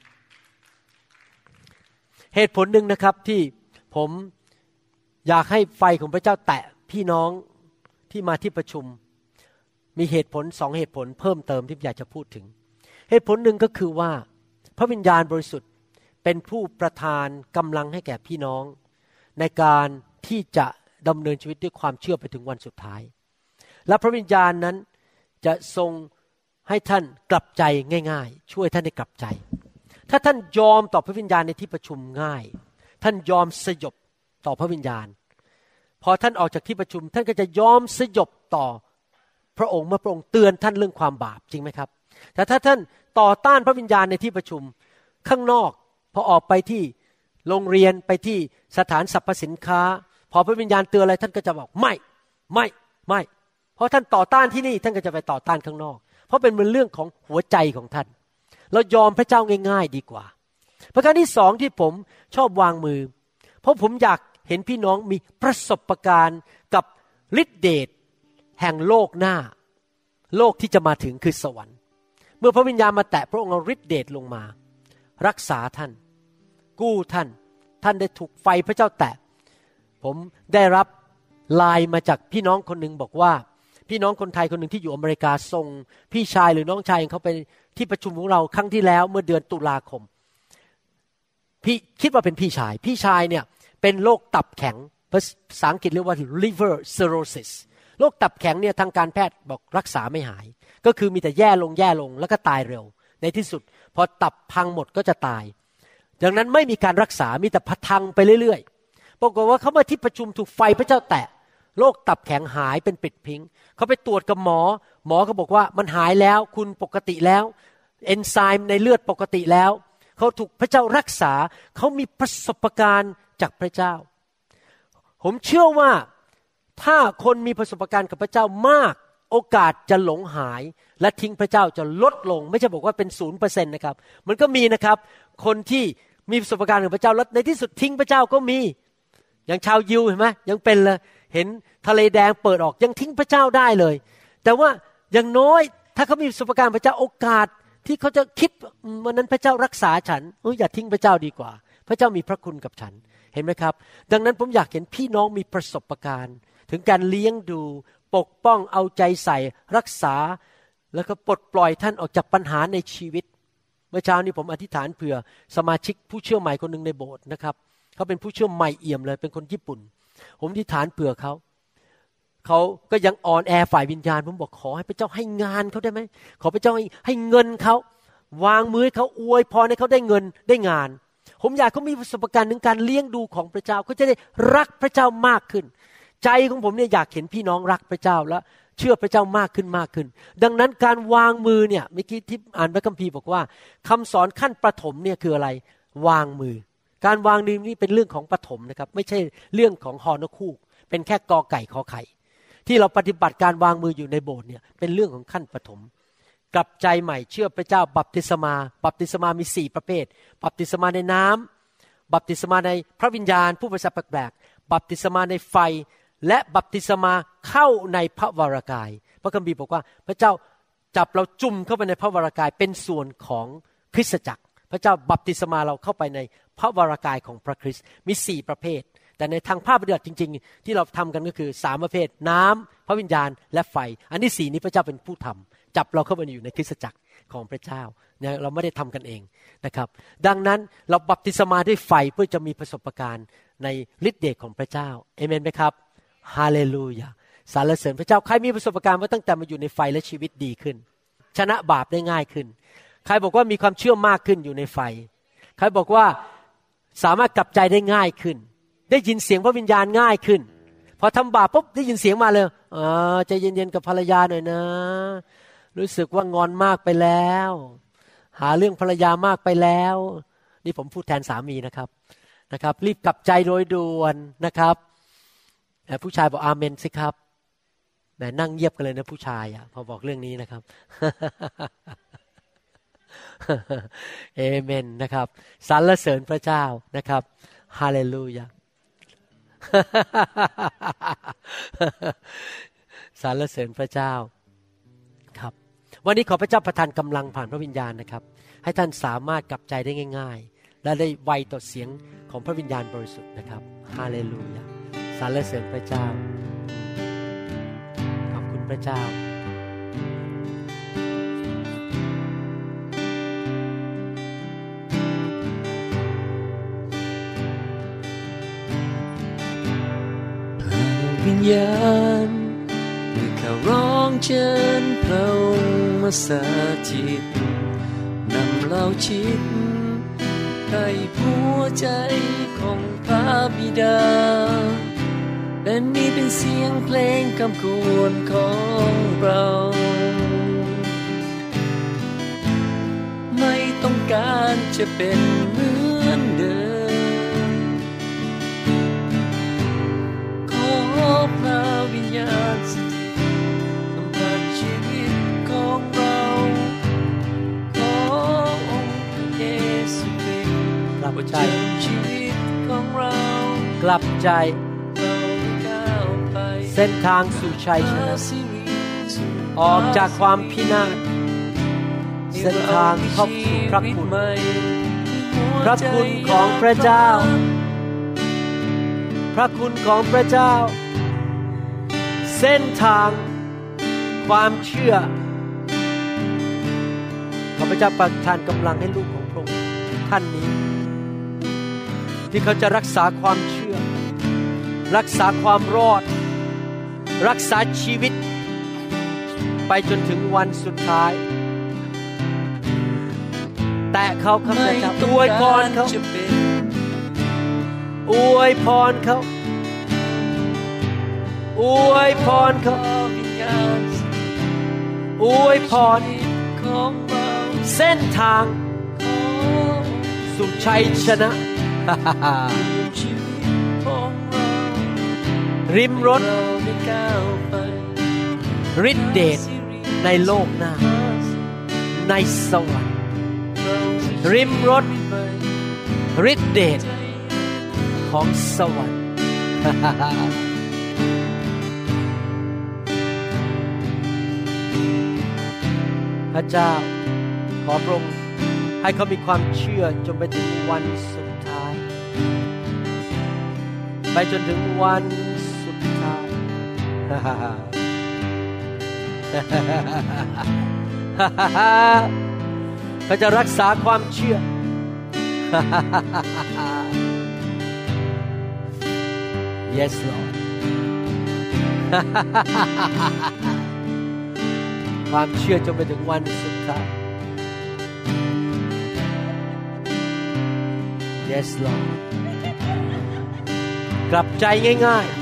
B: เหตุผลหนึ่งนะครับที่ผมอยากให้ไฟของพระเจ้าแตะพี่น้องที่มาที่ประชุมมีเหตุผลสองเหตุผลเพิ่มเติมที่อยากจะพูดถึงเหตุผลหนึ่งก็คือว่าพระวิญญาณบริสุทธิ์เป็นผู้ประทานกำลังให้แก่พี่น้องในการที่จะดำเนินชีวิตด้วยความเชื่อไปถึงวันสุดท้ายและพระวิญญาณนั้นจะทรงให้ท่านกลับใจง่ายๆช่วยท่านให้กลับใจถ้าท่านยอมต่อพระวิญญาณในที่ประชุมง่ายท่านยอมสยบต่อพระวิญญาณพอท่านออกจากที่ประชุมท่านก็จะยอมสยบต่อพระองค์เมื่อพระองค์เตือนท่านเรื่องความบาปจริงไหมครับแต่ถ้าท่านต่อต้านพระวิญญาณในที่ประชุมข้างนอกพอออกไปที่โรงเรียนไปที่สถานสรรพสินค้าพอพระวิญญาณเตือนอะไรท่านก็จะบอกไม่ไม่ไม่เพราะท่านต่อต้านที่นี่ท่านก็จะไปต่อต้านข้างนอกเพราะเป็นเรื่องของหัวใจของท่านเรายอมพระเจ้าง่ายๆดีกว่าประการที่สองที่ผมชอบวางมือเพราะผมอยากเห็นพี่น้องมีประสบการณ์กับฤทธิเดชแห่งโลกหน้าโลกที่จะมาถึงคือสวรรค์เมื่อพระวิญญาณมาแตะพระองค์เอาฤทธิเดชลงมารักษาท่านกู้ท่านท่านได้ถูกไฟพระเจ้าแตะผมได้รับไลน์มาจากพี่น้องคนหนึ่งบอกว่าพี่น้องคนไทยคนหนึ่งที่อยู่อเมริกาส่งพี่ชายหรือน้องชายเขาไปที่ประชุมของเราครั้งที่แล้วเมื่อเดือนตุลาคมพี่คิดว่าเป็นพี่ชายพี่ชายเนี่ยเป็นโรคตับแข็งภาษาอังกฤษเรียกว่า liver cirrhosis โรคตับแข็งเนี่ยทางการแพทย์บอกรักษาไม่หายก็คือมีแต่แย่ลงแย่ลงแล้วก็ตายเร็วในที่สุดพอตับพังหมดก็จะตายดังนั้นไม่มีการรักษามีแต่พัทังไปเรื่อยๆปรากฏว่าเขามาที่ประชุมถูกไฟพระเจ้าแตะโรคตับแข็งหายเป็นปิดพิงเขาไปตรวจกับหมอหมอก็บอกว่ามันหายแล้วคุณปกติแล้วเอนไซม์ในเลือดปกติแล้วเขาถูกพระเจ้ารักษาเขามีประสบการณ์จากพระเจ้าผมเชื่อว่าถ้าคนมีประสบการณ์กับพระเจ้ามากโอกาสจะหลงหายและทิ้งพระเจ้าจะลดลงไม่ใช่บอกว่าเป็น ศูนย์เปอร์เซ็นต์ นะครับมันก็มีนะครับคนที่มีประสบการณ์กับพระเจ้าแล้วในที่สุดทิ้งพระเจ้าก็มีอย่างชาวยิวเห็นไหมยังเป็นเลยเห็นทะเลแดงเปิดออกยังทิ้งพระเจ้าได้เลยแต่ว่าอย่างน้อยถ้าเขามีประสบการณ์พระเจ้าโอกาสที่เขาจะคิดวันนั้นพระเจ้ารักษาฉันเอออย่าทิ้งพระเจ้าดีกว่าพระเจ้ามีพระคุณกับฉันเห็นไหมครับดังนั้นผมอยากเห็นพี่น้องมีประสบการณ์ถึงการเลี้ยงดูปกป้องเอาใจใส่รักษาแล้วก็ปลดปล่อยท่านออกจากปัญหาในชีวิตเมื่อเช้านี้ผมอธิษฐานเผื่อสมาชิกผู้เชื่อใหม่คนหนึ่งในโบสถ์นะครับเขาเป็นผู้เชื่อใหม่เอี่ยมเลยเป็นคนญี่ปุ่นผมอธิษฐานเผื่อเขาเขาก็ยังอ่อนแอฝ่ายวิญญาณผมบอกขอให้พระเจ้าให้งานเขาได้ไหมขอพระเจ้าให้ให้เงินเขาวางมือให้เขาอวยพรให้เขาได้เงินได้งานผมอยากเขามีประสบการณ์ถึงการเลี้ยงดูของพระเจ้าเขาจะได้รักพระเจ้ามากขึ้นใจของผมเนี่ยอยากเห็นพี่น้องรักพระเจ้าและเชื่อพระเจ้ามากขึ้นมากขึ้นดังนั้นการวางมือเนี่ยเมื่อกี้ที่อ่านพระคัมภีร์บอกว่าคำสอนขั้นประถมเนี่ยคืออะไรวางมือการวางมือนี่เป็นเรื่องของประถมนะครับไม่ใช่เรื่องของฮอนคูกเป็นแค่กอไก่ขอไข่ที่เราปฏิบัติการวางมืออยู่ในโบสถ์เนี่ยเป็นเรื่องของขั้นประถมกลับใจใหม่เชื่อพระเจ้าบัพติศมาบัพติศมามีสี่ประเภทบัพติศมาในน้ำบัพติศมาในพระวิญญาณผู้ภาษาแปลกๆบัพติศมาในไฟและบัพติศมาเข้าในพระวรากายพระคัมภีร์บอกว่าพระเจ้าจับเราจุ่มเข้าไปในพระวรากายเป็นส่วนของคริสตจักรพระเจ้าบัพติศมาเราเข้าไปในพระวรากายของพระคริสต์มีสี่ประเภทแต่ในทางภาคปฏิบัติจริงๆที่เราทำกันก็คือสามประเภทน้ำพระวิญญาณและไฟอันที่สี่นี้พระเจ้าเป็นผู้ทำจับเราเข้าไปอยู่ในคริสตจักรของพระเจ้าเนี่ยเราไม่ได้ทำกันเองนะครับดังนั้นเราบัพติศมาด้วยไฟเพื่อจะมีประสบการณ์ในฤทธิ์เดชของพระเจ้าเอเมนไหมครับฮาเลลูยาสรรเสริญพระเจ้าใครมีประสบการณ์ว่าตั้งแต่มาอยู่ในไฟและชีวิตดีขึ้นชนะบาปได้ง่ายขึ้นใครบอกว่ามีความเชื่อมากขึ้นอยู่ในไฟใครบอกว่าสามารถกลับใจได้ง่ายขึ้นได้ยินเสียงพระวิญญาณง่ายขึ้นพอทำบาปปุ๊บได้ยินเสียงมาเลยอ๋อใจเย็นๆกับภรรยาหน่อยนะรู้สึกว่างอนมากไปแล้วหาเรื่องภรรยามากไปแล้วนี่ผมพูดแทนสามีนะครับนะครับรีบกลับใจโดยด่วนนะครับผู้ชายบอกอาเมนสิครับแหมนั่งเงียบกันเลยนะผู้ชายอ่ะพอบอกเรื่องนี้นะครับ เอเมนนะครับสรรเสริญพระเจ้านะครับฮาเลลูยา สรรเสริญพระเจ้าครับวันนี้ขอพระเจ้าประทานกำลังผ่านพระวิญญาณนะครับให้ท่านสามารถกลับใจได้ง่ายๆและได้ไวต่อเสียงของพระวิญญาณบริสุทธิ์นะครับฮาเลลูยาสรรเสริญพระเจ้าขอบคุณพระเจ้า
C: วิญญาณเมื่อข้าร้องเชิญพระองค์มาสถิตนำเราชิดให้หัวใจของพระบิดาและนี่เป็นเสียงเพลงคำควรของเราไม่ต้องการจะเป็นเหมือนเดิมขอพระวิญญาณสถิตสัมผัสชีวิตของเราขอองค์พระเยซูคริสต์กลับใจชีวิตของเรา
B: กลับใจเส้นทางสู่ชัยชนะออกจากความพินาศเส้นทางเข้าสู่พระคุณพระคุณของพระเจ้าพระคุณของพระเจ้าเส้นทางความเชื่อขอพระเจ้าประทานกำลังให้ลูกของพระองค์ท่านนี้ที่เขาจะรักษาความเชื่อรักษาความรอดรักษาชีวิตไปจนถึงวันสุดท้ายแต่เขาข้าพเจ้าอวยพรเขาอวยพรเขาอวยพรเขาอวยพรเส้นทางสู่ชัยชนะริมรถฤทธิเดชในโลกหน้าในสวรรค์ริมรถฤทธิเดชของสวรรค์พระเจ้าขอพระองค์ให้เขามีความเชื่อจนไปถึงวันสุดท้ายไปจนถึงวันสุดท้ายเขาจะรักษาความเชื่อ Yes Lord ความเชื่อจนไปถึงวันสุดท้าย Yes Lord กลับใจง่าย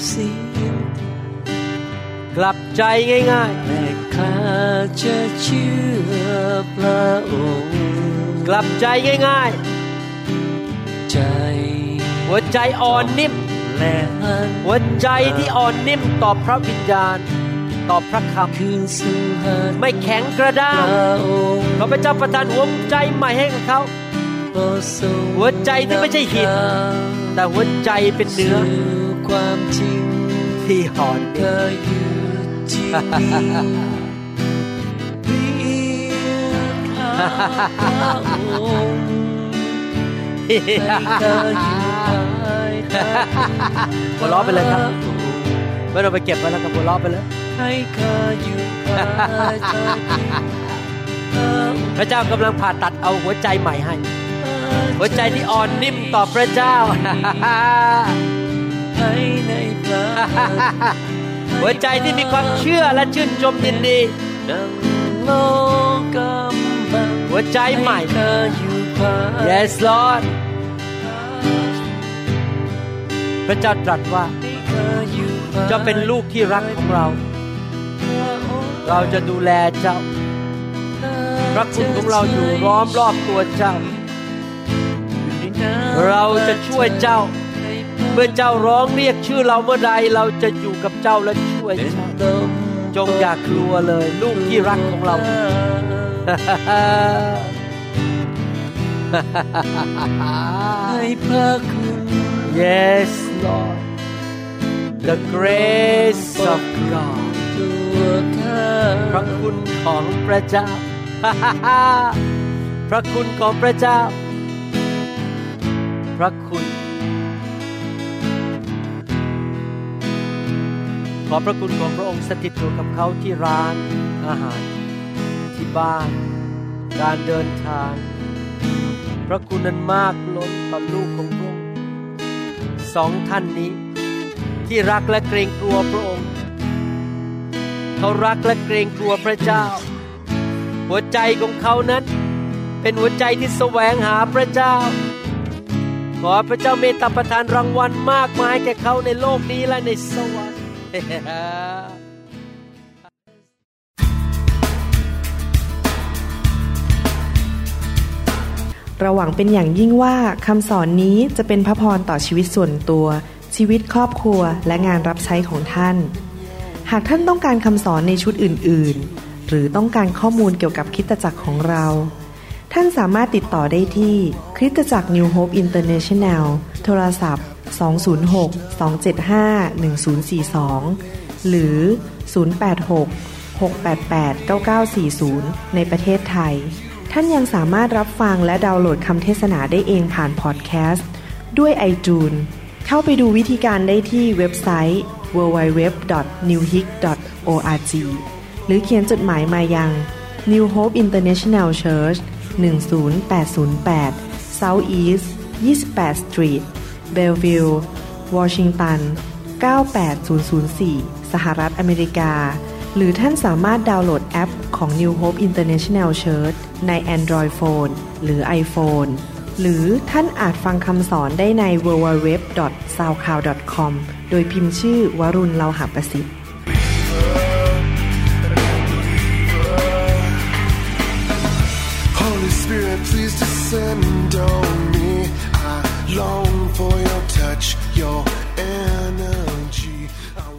B: ๆกลับใจง่ายๆและข้าจะเชื่อพระองค์กลับใจง่ายๆใจหัวใจอ่อนนิ่มและหัวใจที่อ่อนนิ่มต่อพระวิญญาณต่อพระคำไม่แข็งกระด้างขอพระเจ้าประทานหัวใจใหม่ให้กับเขาหัวใจที่ไม่ใช่หินแต่หัวใจเป็นเนื้อความจริงที่อ่อนหัวเราะไปเลยครับไม่ต้องไปเก็บไว้แล้วครับหัวเราะไปเลยพระเจ้ากำลังผ่าตัดเอาหัวใจใหม่ให้หัวใจที่อ่อนนิ่มต่อพระเจ้าหัวใจที่มีความเชื่อและชื่นชมยินดีหัวใจใหม่ Yes Lord พระเจ้าตรัสว่าเจ้าเป็นลูกที่รักของเราเราจะดูแลเจ้าพระคุณของเราอยู่ล้อมรอบตัวเจ้าเราจะช่วยเจ้าเมื่อเจ้าร้องเรียกชื่อเราเมื่อใดเราจะอยู่กับเจ้าและช่วยเจ้าจงอย่ากลัวเลยลูกที่รักของเราให้พระคุณ Yes Lord The grace of God พระคุณของพระเจ้า พระคุณของพระเจ้าพระคุณขอพระคุณของพระองค์สถิตอยู่กับเขาที่ร้านอาหารที่บ้านการเดินทางพระคุณนั้นมากล้นต่อลูกของพระองค์สองท่านนี้ที่รักและเกรงกลัวพระองค์เขารักและเกรงกลัวพระเจ้าหัวใจของเขานั้นเป็นหัวใจที่แสวงหาพระเจ้าขอพระเจ้าเมตตาประทานรางวัลมากมายแก่เขาในโลกนี้และในสวรรค์
A: เราหวังเป็นอย่างยิ่งว่าคำสอนนี้จะเป็นพระพรต่อชีวิตส่วนตัวชีวิตครอบครัวและงานรับใช้ของท่านหากท่านต้องการคำสอนในชุดอื่นๆหรือต้องการข้อมูลเกี่ยวกับคริสตจักรของเราท่านสามารถติดต่อได้ที่คริสตจักร New Hope International โทรศัพท์สอง ศูนย์ หก สอง เจ็ด ห้า หนึ่ง ศูนย์ สี่ สองหรือศูนย์ แปด หก หก แปด แปด เก้า เก้า สี่ศูนย์ในประเทศไทยท่านยังสามารถรับฟังและดาวน์โหลดคำเทศนาได้เองผ่านพอดแคสต์ด้วย iTunes เข้าไปดูวิธีการได้ที่เว็บไซต์ ดับเบิลยู ดับเบิลยู ดับเบิลยู ดอท นิว โฮป ดอท ออร์ก หรือเขียนจดหมายมายัง New Hope International Church หนึ่ง ศูนย์ แปด ศูนย์ แปด South East ยี่สิบแปด Street Bellevue Washington เก้า แปด ศูนย์ ศูนย์ สี่ สหรัฐอเมริกาหรือท่านสามารถดาวน์โหลดแอปของ New Hope International Church ใน Android Phone หรือ iPhone หรือท่านอาจฟังคำสอนได้ใน ดับเบิลยู ดับเบิลยู ดับเบิลยู ดอท ซาวด์คลาวด์ ดอท คอม โดยพิมพ์ชื่อวรุณ เลาหะประสิทธิ์
D: Holy Spirit, please descend on me. I long for your touch, your energy. I